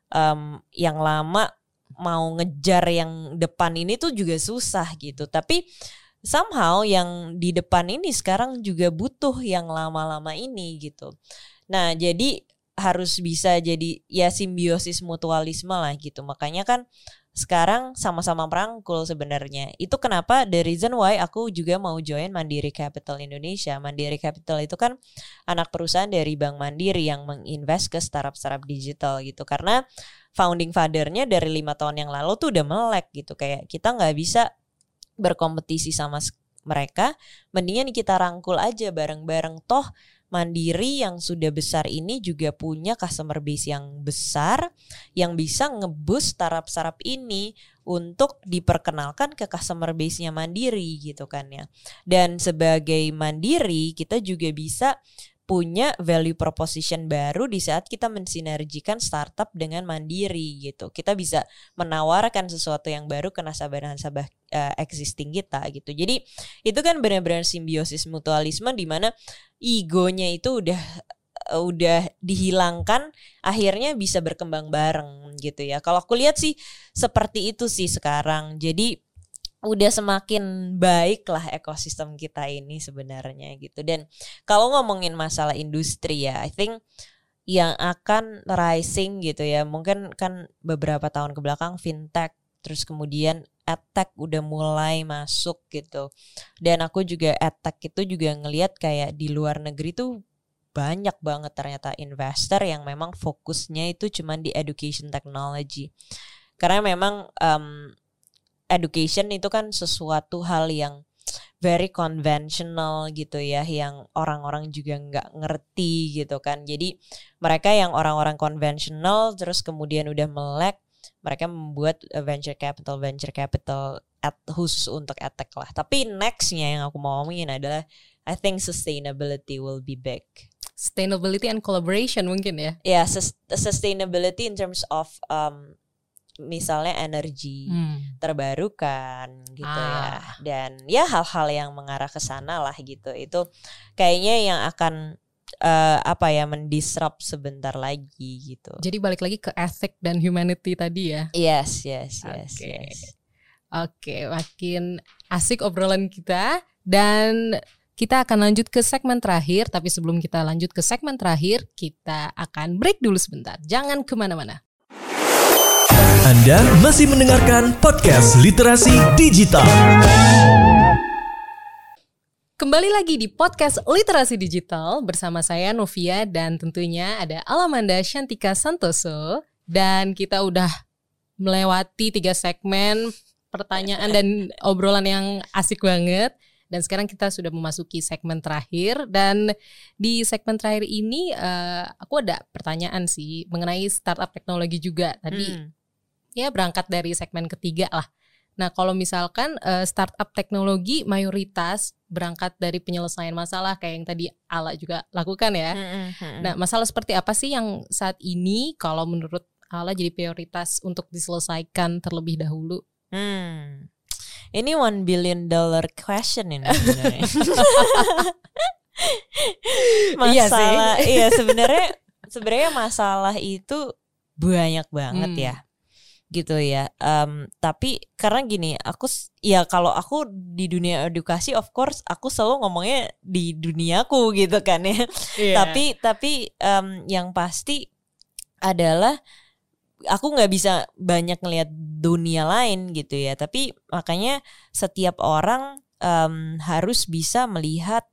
yang lama mau ngejar yang depan ini tuh juga susah gitu. Tapi somehow yang di depan ini sekarang juga butuh yang lama-lama ini gitu. Nah jadi harus bisa jadi ya simbiosis mutualisme lah gitu. Makanya kan sekarang sama-sama merangkul sebenarnya. Itu kenapa the reason why aku juga mau join Mandiri Capital Indonesia. Mandiri Capital itu kan anak perusahaan dari Bank Mandiri yang menginvest ke startup-startup digital gitu. Karena founding father-nya dari 5 tahun yang lalu tuh udah melek gitu. Kayak kita gak bisa berkompetisi sama mereka, mendingan kita rangkul aja bareng-bareng. Toh Mandiri yang sudah besar ini juga punya customer base yang besar yang bisa nge-boost startup-startup ini untuk diperkenalkan ke customer base-nya Mandiri gitu kan ya. Dan sebagai Mandiri kita juga bisa punya value proposition baru di saat kita mensinergikan startup dengan Mandiri gitu. Kita bisa menawarkan sesuatu yang baru ke nasabah-nasabah existing kita gitu. Jadi itu kan benar-benar simbiosis mutualisme di mana egonya itu udah dihilangkan, akhirnya bisa berkembang bareng gitu ya. Kalau aku lihat sih seperti itu sih sekarang. Jadi udah semakin baik lah ekosistem kita ini sebenarnya gitu. Dan kalau ngomongin masalah industri ya, I think yang akan rising gitu ya, mungkin kan beberapa tahun ke belakang fintech, terus kemudian edtech udah mulai masuk gitu. Dan aku juga edtech itu juga ngelihat kayak di luar negeri tuh banyak banget ternyata investor yang memang fokusnya itu cuman di education technology. Karena memang education itu kan sesuatu hal yang very conventional gitu ya, yang orang-orang juga nggak ngerti gitu kan. Jadi mereka yang orang-orang konvensional terus kemudian udah melek, mereka membuat venture capital khusus untuk edtech lah. Tapi nextnya yang aku mau ngomongin adalah I think sustainability will be big. Sustainability and collaboration mungkin ya? Ya, sustainability in terms of misalnya energi terbarukan gitu ya, dan ya hal-hal yang mengarah ke sana lah gitu. Itu kayaknya yang akan mendisrupt sebentar lagi gitu. Jadi balik lagi ke ethic dan humanity tadi ya. Yes. Oke, makin asik obrolan kita, dan kita akan lanjut ke segmen terakhir. Tapi sebelum kita lanjut ke segmen terakhir, kita akan break dulu sebentar. Jangan kemana-mana. Anda masih mendengarkan podcast Literasi Digital. Kembali lagi di podcast Literasi Digital bersama saya Novia, dan tentunya ada Alamanda Shantika Santoso. Dan kita udah melewati 3 segmen pertanyaan dan obrolan yang asik banget. Dan sekarang kita sudah memasuki segmen terakhir. Dan di segmen terakhir ini aku ada pertanyaan sih mengenai startup teknologi juga. Tadi ya berangkat dari segmen ketiga lah. Nah, kalau misalkan startup teknologi mayoritas berangkat dari penyelesaian masalah kayak yang tadi Ala juga lakukan ya. Nah, masalah seperti apa sih yang saat ini kalau menurut Ala jadi prioritas untuk diselesaikan terlebih dahulu? Ini $1 billion question ini sebenarnya. Masalah, iya sebenarnya masalah itu banyak banget ya. Gitu ya, tapi karena gini, kalau aku di dunia edukasi, of course aku selalu ngomongnya di duniaku gitu kan ya. Tapi yang pasti adalah aku nggak bisa banyak ngelihat dunia lain gitu ya. Tapi makanya setiap orang harus bisa melihat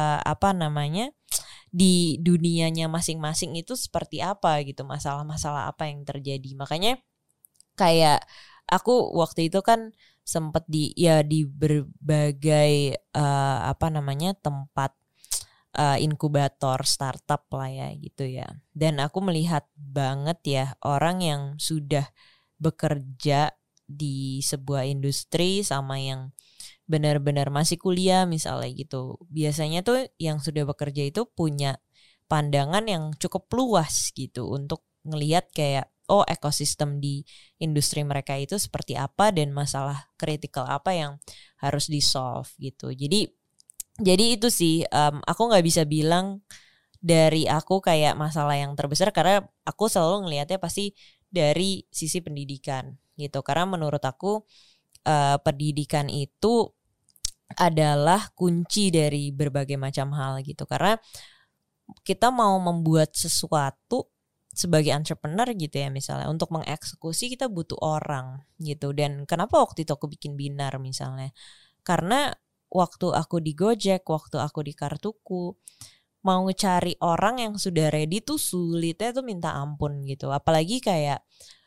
di dunianya masing-masing itu seperti apa gitu, masalah-masalah apa yang terjadi. Makanya kayak aku waktu itu kan sempat di berbagai tempat inkubator startup lah ya gitu ya. Dan aku melihat banget ya orang yang sudah bekerja di sebuah industri sama yang benar-benar masih kuliah misalnya gitu. Biasanya tuh yang sudah bekerja itu punya pandangan yang cukup luas gitu untuk ngelihat kayak ekosistem di industri mereka itu seperti apa dan masalah kritikal apa yang harus di-solve gitu. Jadi itu sih, aku nggak bisa bilang dari aku kayak masalah yang terbesar, karena aku selalu ngelihatnya pasti dari sisi pendidikan gitu. Karena menurut aku pendidikan itu adalah kunci dari berbagai macam hal gitu. Karena kita mau membuat sesuatu sebagai entrepreneur gitu ya, misalnya untuk mengeksekusi kita butuh orang gitu. Dan kenapa waktu itu aku bikin Binar misalnya, karena waktu aku di Gojek, waktu aku di Kartuku, mau cari orang yang sudah ready tuh sulitnya tuh minta ampun gitu. Apalagi kayak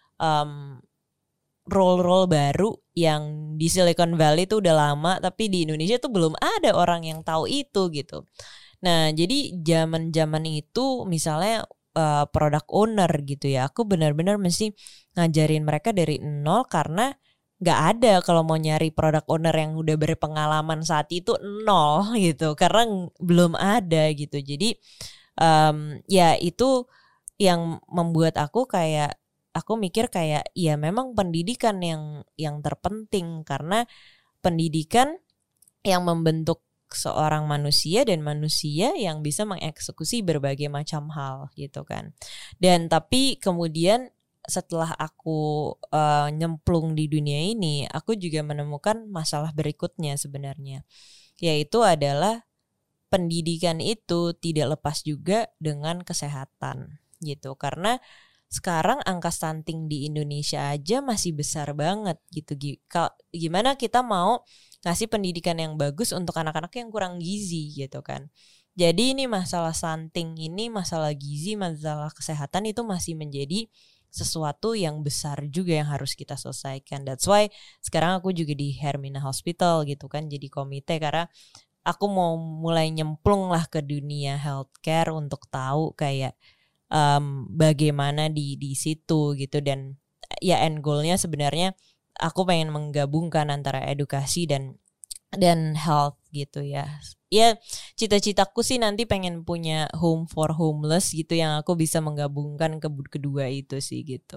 role-role baru yang di Silicon Valley tuh udah lama, tapi di Indonesia tuh belum ada orang yang tahu itu gitu. Nah jadi zaman itu misalnya product owner gitu ya, aku benar-benar mesti ngajarin mereka dari nol, karena nggak ada kalau mau nyari product owner yang udah berpengalaman saat itu nol gitu, karena belum ada gitu. Jadi ya itu yang membuat aku mikir kayak ya memang pendidikan yang terpenting, karena pendidikan yang membentuk seorang manusia dan manusia yang bisa mengeksekusi berbagai macam hal gitu kan. Dan tapi kemudian setelah aku nyemplung di dunia ini, aku juga menemukan masalah berikutnya sebenarnya, yaitu adalah pendidikan itu tidak lepas juga dengan kesehatan gitu. Karena sekarang angka stunting di Indonesia aja masih besar banget gitu. Gimana kita mau ngasih pendidikan yang bagus untuk anak-anak yang kurang gizi gitu kan. Jadi ini masalah stunting ini, masalah gizi, masalah kesehatan itu masih menjadi sesuatu yang besar juga yang harus kita selesaikan. That's why sekarang aku juga di Hermina Hospital gitu kan, jadi komite, karena aku mau mulai nyemplung lah ke dunia healthcare untuk tahu kayak bagaimana di situ gitu. Dan ya end goalnya sebenarnya aku pengen menggabungkan antara edukasi dan health gitu ya. Ya cita-citaku sih nanti pengen punya home for homeless gitu, yang aku bisa menggabungkan kedua itu sih gitu.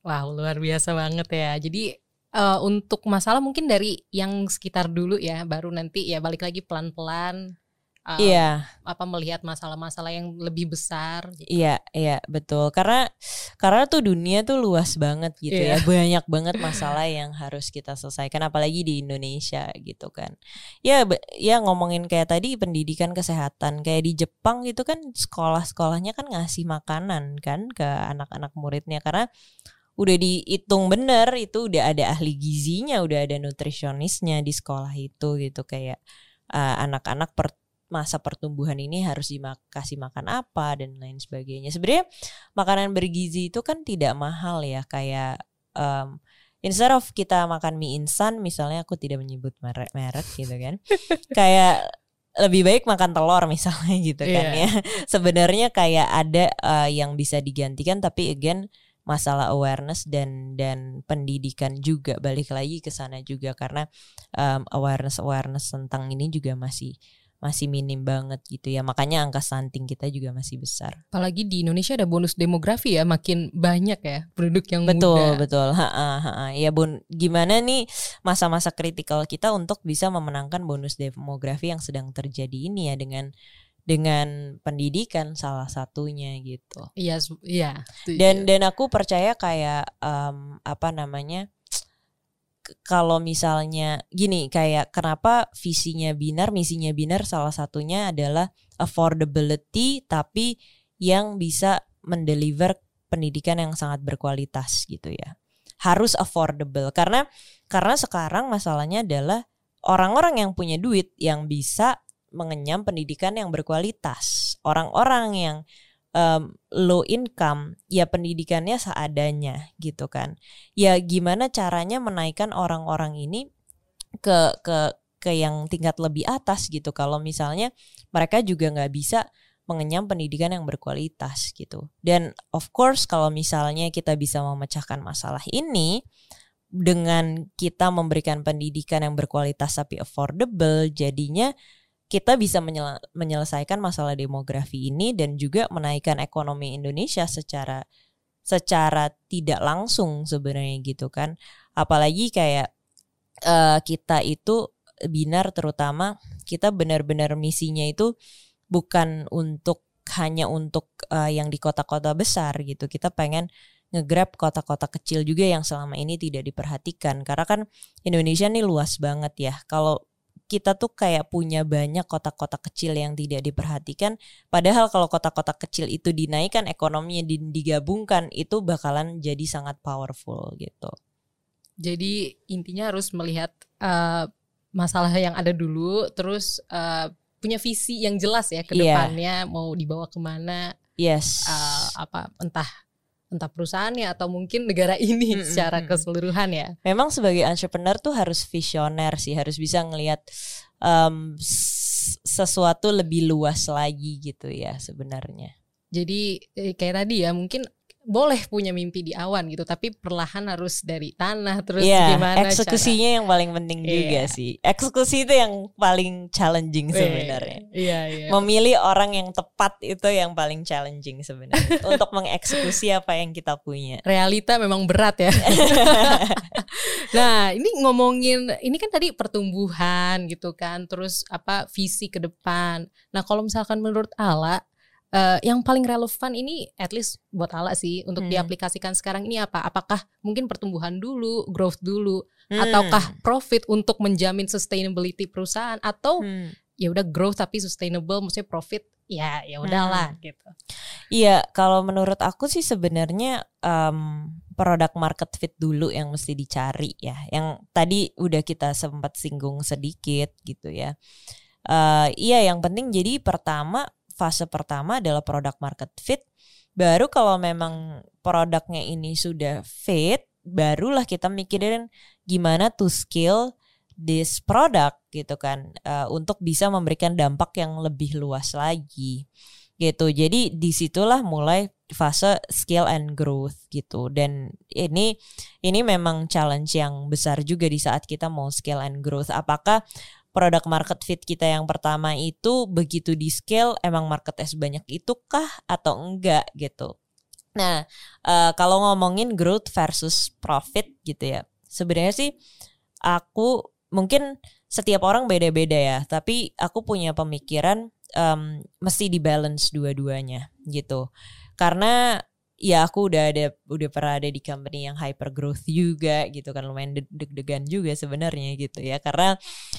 Wow, luar biasa banget ya. Jadi untuk masalah mungkin dari yang sekitar dulu ya, baru nanti ya balik lagi pelan-pelan Iya, melihat masalah-masalah yang lebih besar gitu. iya betul. Karena tuh dunia tuh luas banget gitu ya. Banyak banget masalah yang harus kita selesaikan, apalagi di Indonesia gitu kan. Ya ngomongin kayak tadi pendidikan kesehatan, kayak di Jepang gitu kan sekolah-sekolahnya kan ngasih makanan kan ke anak-anak muridnya karena udah dihitung bener, itu udah ada ahli gizinya, udah ada nutrisionisnya di sekolah itu gitu, kayak anak-anak masa pertumbuhan ini harus dikasih makan apa dan lain sebagainya. Sebenarnya makanan bergizi itu kan tidak mahal ya, kayak instead of kita makan mie instan, misalnya aku tidak menyebut merek gitu kan, kayak lebih baik makan telur misalnya gitu kan ya. Sebenarnya kayak ada yang bisa digantikan, tapi again masalah awareness dan pendidikan juga, balik lagi ke sana juga karena awareness tentang ini juga masih minim banget gitu ya, makanya angka stunting kita juga masih besar. Apalagi di Indonesia ada bonus demografi ya, makin banyak ya penduduk yang muda. Betul. Ya gimana nih masa-masa kritikal kita untuk bisa memenangkan bonus demografi yang sedang terjadi ini ya, dengan pendidikan salah satunya gitu. Iya. Dan aku percaya kayak kalau misalnya gini, kayak kenapa misinya binar salah satunya adalah affordability, tapi yang bisa mendeliver pendidikan yang sangat berkualitas gitu ya. Harus affordable karena sekarang masalahnya adalah orang-orang yang punya duit yang bisa mengenyam pendidikan yang berkualitas. Orang-orang yang low income ya pendidikannya seadanya gitu kan. Ya gimana caranya menaikkan orang-orang ini ke yang tingkat lebih atas gitu, kalau misalnya mereka juga nggak bisa mengenyam pendidikan yang berkualitas gitu. Dan of course kalau misalnya kita bisa memecahkan masalah ini dengan kita memberikan pendidikan yang berkualitas tapi affordable, jadinya kita bisa menyelesaikan masalah demografi ini dan juga menaikkan ekonomi Indonesia secara tidak langsung sebenarnya gitu kan. Apalagi kayak kita itu binar, terutama kita benar-benar misinya itu bukan hanya untuk yang di kota-kota besar gitu. Kita pengen nge-grab kota-kota kecil juga yang selama ini tidak diperhatikan. Karena kan Indonesia nih luas banget ya. Kalau kita tuh kayak punya banyak kota-kota kecil yang tidak diperhatikan. Padahal kalau kota-kota kecil itu dinaikkan ekonominya, digabungkan, itu bakalan jadi sangat powerful gitu. Jadi intinya harus melihat masalah yang ada dulu, terus punya visi yang jelas ya ke depannya, mau dibawa kemana. Yes. Entah perusahaannya atau mungkin negara ini secara keseluruhan ya. Memang sebagai entrepreneur tuh harus visioner sih, harus bisa ngelihat sesuatu lebih luas lagi gitu ya sebenarnya. Jadi kayak tadi ya, mungkin boleh punya mimpi di awan gitu, tapi perlahan harus dari tanah, terus gimana eksekusinya yang paling penting juga sih. Eksekusi itu yang paling challenging sebenarnya. Memilih orang yang tepat itu yang paling challenging sebenarnya untuk mengeksekusi apa yang kita punya. Realita memang berat ya. Nah, ini ngomongin, ini kan tadi pertumbuhan gitu kan, terus visi ke depan. Nah, kalau misalkan menurut Ala, yang paling relevan ini, at least buat Ala sih, untuk diaplikasikan sekarang ini apa? Apakah mungkin pertumbuhan dulu, growth dulu, ataukah profit untuk menjamin sustainability perusahaan, atau ya udah growth tapi sustainable, maksudnya profit ya udahlah gitu. Iya, kalau menurut aku sih sebenarnya product market fit dulu yang mesti dicari ya. Yang tadi udah kita sempat singgung sedikit gitu ya. Iya, yang penting jadi fase pertama adalah product market fit. Baru kalau memang produknya ini sudah fit, barulah kita mikirin gimana to scale this product gitu kan, untuk bisa memberikan dampak yang lebih luas lagi gitu. Jadi disitulah mulai fase scale and growth gitu. Dan ini memang challenge yang besar juga di saat kita mau scale and growth. Apakah product market fit kita yang pertama itu begitu di scale emang marketnya sebanyak itu kah atau enggak gitu. Nah, kalau ngomongin growth versus profit gitu ya, sebenarnya sih aku mungkin setiap orang beda-beda ya, tapi aku punya pemikiran mesti dibalance dua-duanya gitu. Karena ya aku udah pernah ada di company yang hyper growth juga gitu kan, lumayan deg-degan juga sebenarnya gitu ya, karena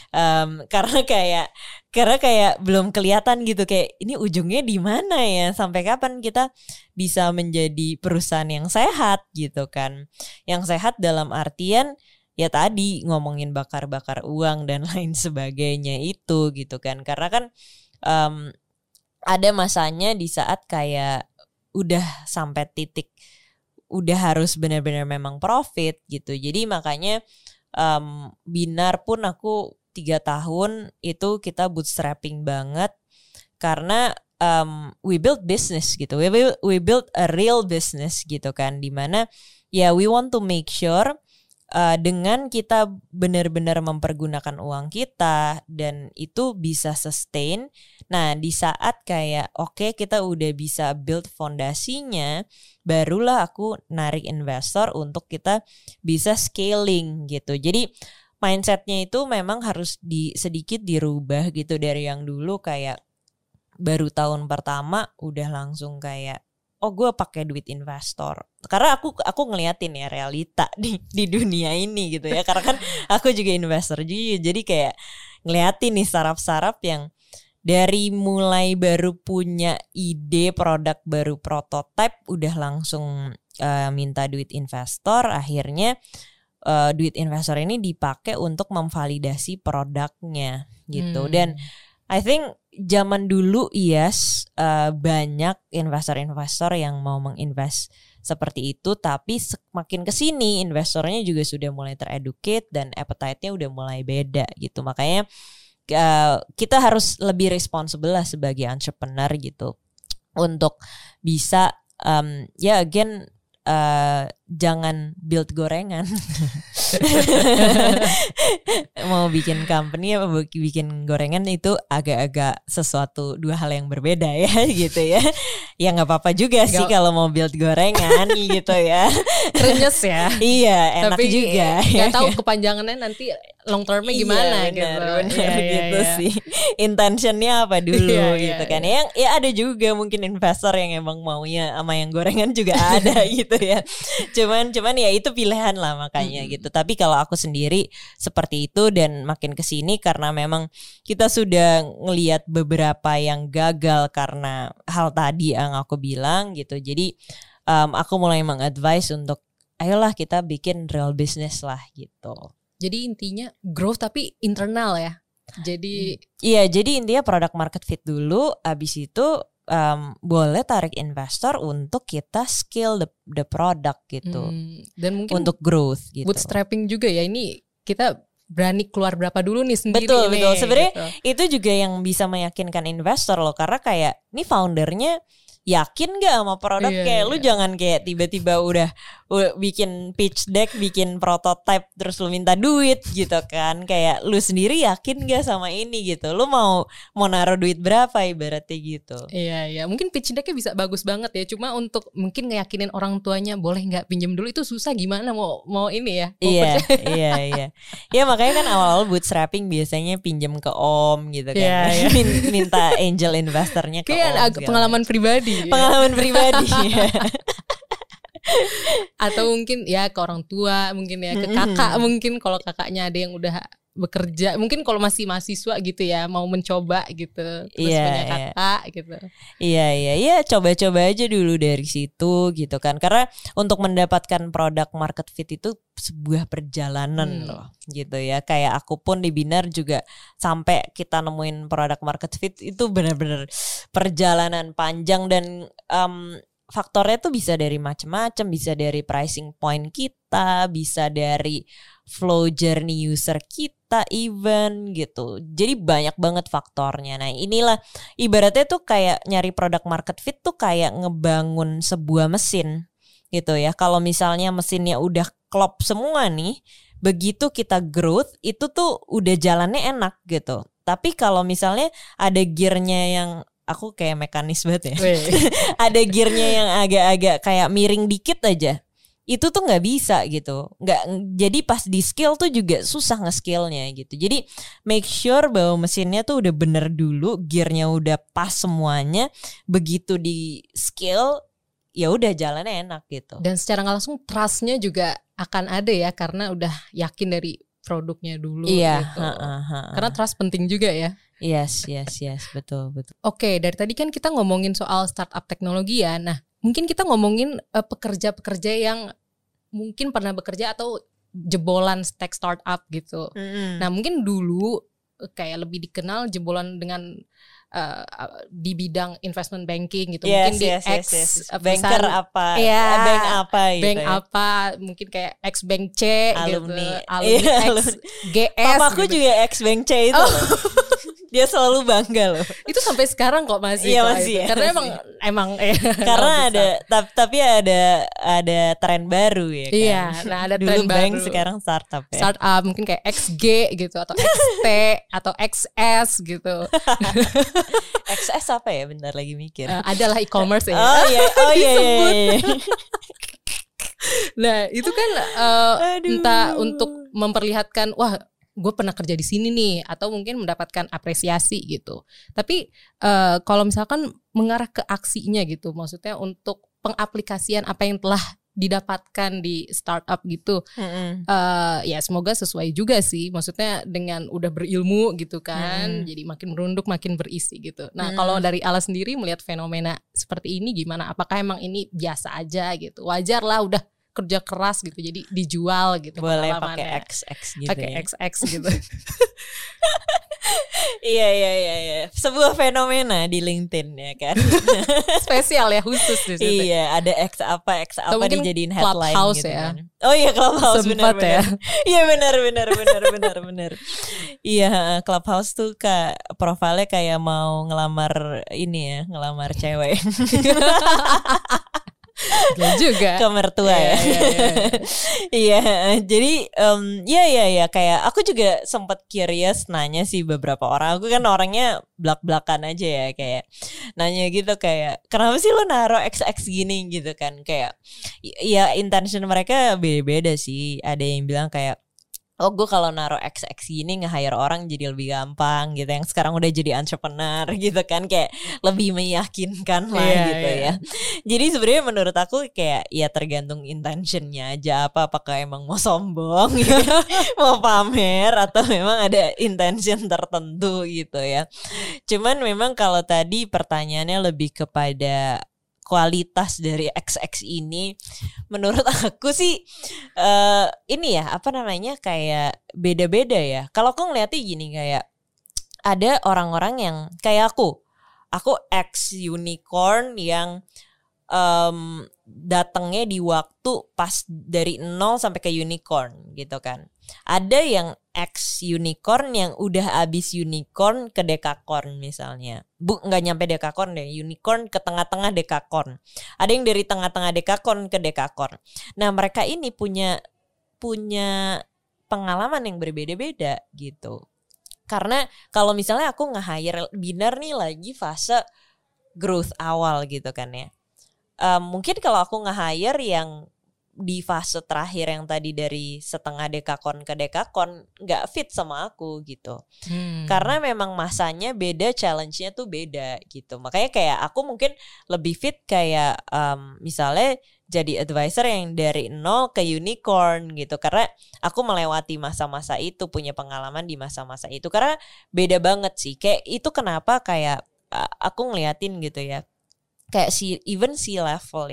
kayak belum kelihatan gitu, kayak ini ujungnya di mana ya, sampai kapan kita bisa menjadi perusahaan yang sehat gitu kan. Yang sehat dalam artian ya tadi ngomongin bakar-bakar uang dan lain sebagainya itu gitu kan. Karena kan ada masanya di saat kayak udah sampai titik udah harus benar-benar memang profit gitu. Jadi makanya Binar pun aku 3 tahun itu kita bootstrapping banget, karena we build business gitu. We build a real business gitu kan, dimana ya we want to make sure dengan kita benar-benar mempergunakan uang kita dan itu bisa sustain. Nah, di saat kayak oke, kita udah bisa build fondasinya, barulah aku narik investor untuk kita bisa scaling gitu. Jadi mindsetnya itu memang harus sedikit dirubah gitu, dari yang dulu kayak baru tahun pertama udah langsung kayak gue pakai duit investor. Karena aku ngeliatin ya realita di dunia ini gitu ya. Karena kan aku juga investor juga, jadi kayak ngeliatin nih startup yang dari mulai baru punya ide produk, baru prototype udah langsung minta duit investor. Akhirnya duit investor ini dipakai untuk memvalidasi produknya gitu. Dan I think zaman dulu banyak investor-investor yang mau menginvest seperti itu, tapi semakin kesini investornya juga sudah mulai tereducate dan appetite-nya udah mulai beda gitu. Makanya kita harus lebih responsible lah sebagai entrepreneur gitu, untuk bisa jangan build gorengan. Mau bikin company apa bikin gorengan itu agak-agak sesuatu dua hal yang berbeda ya gitu ya. Ya nggak apa-apa juga sih kalau mau build gorengan gitu ya. Krenyes ya. Iya, enak tapi juga. Nggak tahu kepanjangannya nanti long termnya gimana benar gitu. gitu sih. Intentionnya apa dulu gitu kan. Yang ya ada juga mungkin investor yang emang maunya sama yang gorengan juga ada gitu ya. Cuman ya itu pilihan lah makanya gitu. Tapi kalau aku sendiri seperti itu, dan makin kesini karena memang kita sudah ngelihat beberapa yang gagal karena hal tadi yang aku bilang gitu. Jadi aku mulai mengadvise untuk ayolah kita bikin real business lah gitu. Jadi intinya growth tapi internal ya. Jadi jadi intinya product market fit dulu, abis itu boleh tarik investor untuk kita scale the product gitu. Dan mungkin untuk growth gitu. Bootstrapping juga ya, ini kita berani keluar berapa dulu nih sendiri. Betul. Sebenarnya gitu. Itu juga yang bisa meyakinkan investor loh, karena kayak ini foundernya yakin gak sama produk. Kayak lu jangan kayak tiba-tiba udah bikin pitch deck, bikin prototype terus lu minta duit gitu kan. Kayak lu sendiri yakin gak sama ini gitu. Lu mau naruh duit berapa ibaratnya gitu. Iya. Mungkin pitch decknya bisa bagus banget ya. Cuma untuk mungkin ngeyakinin orang tuanya boleh gak pinjam dulu itu susah, gimana mau ini ya. Iya. Ya makanya kan awal-awal bootstrapping biasanya pinjam ke om gitu kan. Minta angel investornya ke kayak om. Pengalaman pribadi. Atau mungkin ya ke orang tua, mungkin ya ke kakak, mungkin kalau kakaknya ada yang udah bekerja, mungkin kalau masih mahasiswa gitu ya mau mencoba gitu, terus punya kakak gitu. Iya, coba-coba aja dulu dari situ gitu kan, karena untuk mendapatkan produk market fit itu sebuah perjalanan loh gitu ya. Kayak aku pun di Binar juga sampai kita nemuin produk market fit itu benar-benar perjalanan panjang, dan faktornya tuh bisa dari macam-macam, bisa dari pricing point kita, bisa dari flow journey user kita even gitu. Jadi banyak banget faktornya. Nah inilah ibaratnya tuh kayak nyari product market fit tuh kayak ngebangun sebuah mesin gitu ya. Kalau misalnya mesinnya udah klop semua nih, begitu kita growth itu tuh udah jalannya enak gitu. Tapi kalau misalnya ada gearnya yang aku kayak mekanis banget ya. Weh. Ada gearnya yang agak-agak kayak miring dikit aja. Itu tuh nggak bisa gitu, jadi pas di skill tuh juga susah nge-skillnya gitu. Jadi make sure bahwa mesinnya tuh udah bener dulu, gearnya udah pas semuanya. Begitu di skill, ya udah jalannya enak gitu. Dan secara nggak langsung trustnya juga akan ada ya, karena udah yakin dari produknya dulu. Iya. Gitu. Karena trust penting juga ya. Yes, betul. Oke, dari tadi kan kita ngomongin soal startup teknologi ya. Nah, mungkin kita ngomongin pekerja-pekerja yang mungkin pernah bekerja atau jebolan tech startup gitu. Nah, mungkin dulu kayak lebih dikenal jebolan dengan di bidang investment banking gitu. Mungkin di banker apa, bank apa gitu. Bank apa, mungkin kayak ex bank C alumni, gitu. Alumni ex GS. Papaku gitu. juga ex bank C itu. Dia selalu bangga loh. Itu sampai sekarang kok masih. Iya masih ya. Karena emang karena ada tapi ada tren baru ya kan. Iya, nah ada dulu tren bank baru. Sekarang startup ya. Startup mungkin kayak XG gitu atau XT atau XS gitu. XS apa ya? Bentar lagi mikir. Adalah e-commerce ya. Oh iya. Nah, itu kan entah untuk memperlihatkan wah gue pernah kerja di sini nih, atau mungkin mendapatkan apresiasi gitu. Tapi kalau misalkan mengarah ke aksinya gitu, maksudnya untuk pengaplikasian apa yang telah didapatkan di startup gitu, ya semoga sesuai juga sih. Maksudnya dengan udah berilmu gitu kan, jadi makin merunduk, makin berisi gitu. Nah kalau dari Ala sendiri melihat fenomena seperti ini gimana? Apakah emang ini biasa aja gitu? Wajar lah udah kerja keras gitu, jadi dijual gitu. Boleh pakai XX gitu. Pakai XX gitu. Iya. Sebuah fenomena di LinkedIn ya kan. Spesial ya, khusus di situ. Iya, ada X apa dijadiin headline Clubhouse gitu ya. kan. Oh iya, Clubhouse sempat benar. Ya. Iya benar. Iya, Clubhouse tuh profilnya kayak mau ngelamar ngelamar cewek. Gak juga ke mertua ya. Iya, jadi ya kayak aku juga sempat curious nanya sih beberapa orang. Aku kan orangnya blak-blakan aja ya, kayak nanya gitu kayak kenapa sih lo naruh XX gini gitu kan. Kayak ya intention mereka beda-beda sih. Ada yang bilang kayak oh gue kalau naruh XX gini nge-hire orang jadi lebih gampang gitu, yang sekarang udah jadi entrepreneur gitu kan, kayak lebih meyakinkan lah gitu ya. Jadi sebenarnya menurut aku kayak ya tergantung intentionnya aja, apakah emang mau sombong gitu, mau pamer atau memang ada intention tertentu gitu ya. Cuman memang kalau tadi pertanyaannya lebih kepada kualitas dari XX ini, menurut aku sih ini ya kayak beda-beda ya. Kalau aku ngeliatnya gini, kayak ada orang-orang yang kayak aku ex unicorn yang datangnya di waktu pas dari 0 sampai ke unicorn gitu kan. Ada yang ex unicorn yang udah abis unicorn ke dekakorn misalnya. Nggak nyampe dekakorn deh, unicorn ke tengah-tengah dekakorn. Ada yang dari tengah-tengah dekakorn ke dekakorn. Nah mereka ini punya pengalaman yang berbeda-beda gitu. Karena kalau misalnya aku nge-hire Binar nih lagi fase growth awal gitu kan ya. Mungkin kalau aku nge-hire yang di fase terakhir yang tadi dari setengah dekakorn ke dekakorn nggak fit sama aku gitu. Karena memang masanya beda, challenge-nya tuh beda gitu. Makanya kayak aku mungkin lebih fit kayak misalnya jadi advisor yang dari 0 ke unicorn gitu. Karena aku melewati masa-masa itu, punya pengalaman di masa-masa itu. Karena beda banget sih. Kayak itu kenapa kayak aku ngeliatin gitu ya. Kayak even C-level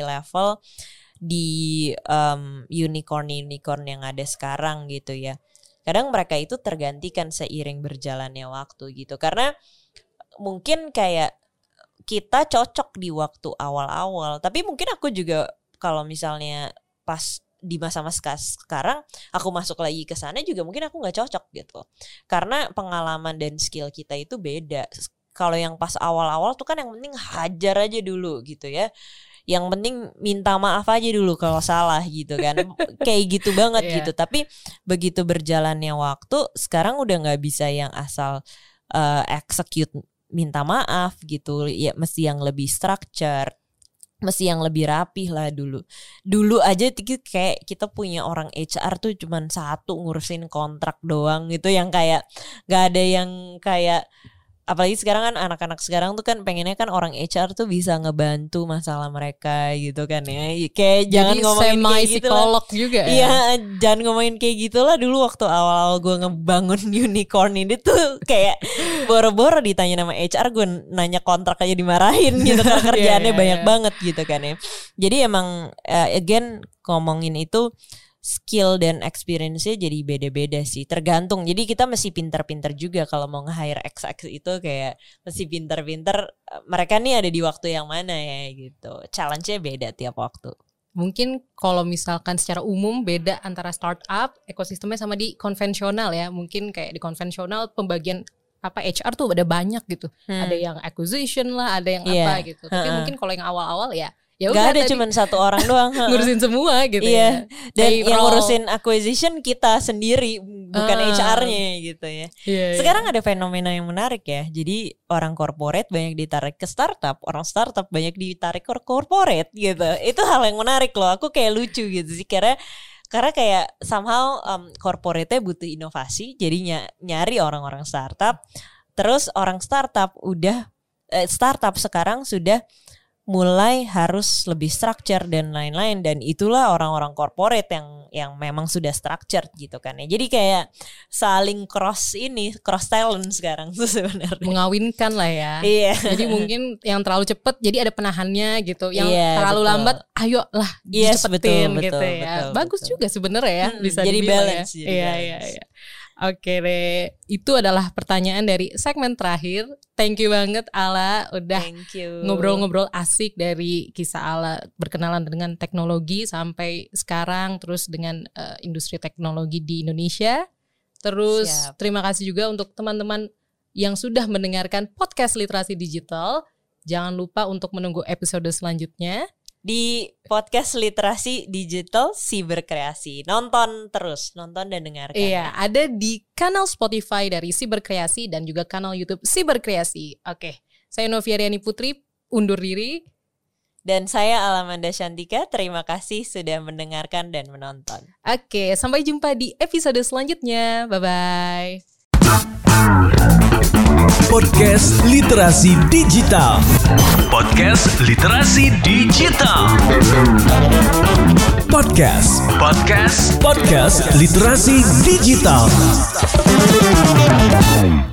di unicorn yang ada sekarang gitu ya. Kadang mereka itu tergantikan seiring berjalannya waktu gitu. Karena mungkin kayak kita cocok di waktu awal-awal, tapi mungkin aku juga kalau misalnya pas di masa-masa sekarang aku masuk lagi ke sana juga mungkin aku nggak cocok gitu. Karena pengalaman dan skill kita itu beda. Kalau yang pas awal-awal tuh kan yang penting hajar aja dulu gitu ya. Yang penting minta maaf aja dulu kalau salah gitu kan. Kayak gitu banget gitu. Tapi begitu berjalannya waktu, sekarang udah gak bisa yang asal execute minta maaf gitu ya, mesti yang lebih structured, mesti yang lebih rapih lah. Dulu aja kayak kita punya orang HR tuh cuman satu ngurusin kontrak doang gitu, yang kayak gak ada yang kayak, apalagi sekarang kan anak-anak sekarang tuh kan pengennya kan orang HR tuh bisa ngebantu masalah mereka gitu kan ya. Kayak jangan ngomongin kayak gitu lah. Juga ya. Iya, jangan ngomongin kayak gitulah. Dulu waktu awal gue ngebangun unicorn ini tuh kayak boro-boro ditanya nama HR, gue nanya kontrak aja dimarahin gitu karena kerjaannya banyak banget gitu kan ya. Jadi emang again ngomongin itu skill dan experience-nya jadi beda-beda sih, tergantung. Jadi kita mesti pinter-pinter juga kalau mau nge-hire XX itu, kayak mesti pinter-pinter mereka nih ada di waktu yang mana ya gitu. Challenge-nya beda tiap waktu. Mungkin kalau misalkan secara umum beda antara startup ekosistemnya sama di konvensional ya. Mungkin kayak di konvensional pembagian HR tuh ada banyak gitu. Ada yang acquisition lah, ada yang apa gitu. Tapi mungkin kalau yang awal-awal ya gak ada cuman satu orang doang ngurusin semua gitu ya. Dan yang ngurusin acquisition kita sendiri, bukan HR-nya gitu ya. Sekarang ada fenomena yang menarik ya. Jadi orang corporate banyak ditarik ke startup, orang startup banyak ditarik ke corporate gitu. Itu hal yang menarik loh. Aku kayak lucu gitu sih, karena kayak somehow corporate-nya butuh inovasi, jadi nyari orang-orang startup. Terus orang startup startup sekarang sudah mulai harus lebih structure dan lain-lain, dan itulah orang-orang corporate yang memang sudah structured gitu kan ya. Jadi kayak saling cross talent sekarang tuh sebenarnya. Mengawinkan lah ya. Iya. Jadi mungkin yang terlalu cepet jadi ada penahannya gitu. Yang terlalu lambat ayo lah dicepetin gitu ya. Bagus juga sebenarnya ya, bisa jadi dibilang balance. Ya. Iya. Oke deh, itu adalah pertanyaan dari segmen terakhir. Thank you banget Ala udah ngobrol-ngobrol asik dari kisah Ala berkenalan dengan teknologi sampai sekarang, terus dengan industri teknologi di Indonesia. Terus terima kasih juga untuk teman-teman yang sudah mendengarkan podcast Literasi Digital. Jangan lupa untuk menunggu episode selanjutnya di podcast Literasi Digital Siberkreasi. Nonton dan dengarkan. Iya, ada di kanal Spotify dari Siberkreasi dan juga kanal YouTube Siberkreasi. Oke, saya Noviariani Putri undur diri. Dan saya Alamanda Shantika, terima kasih sudah mendengarkan dan menonton. Oke, sampai jumpa di episode selanjutnya. Bye-bye. Podcast Literasi Digital. Podcast Literasi Digital. Podcast Literasi Digital.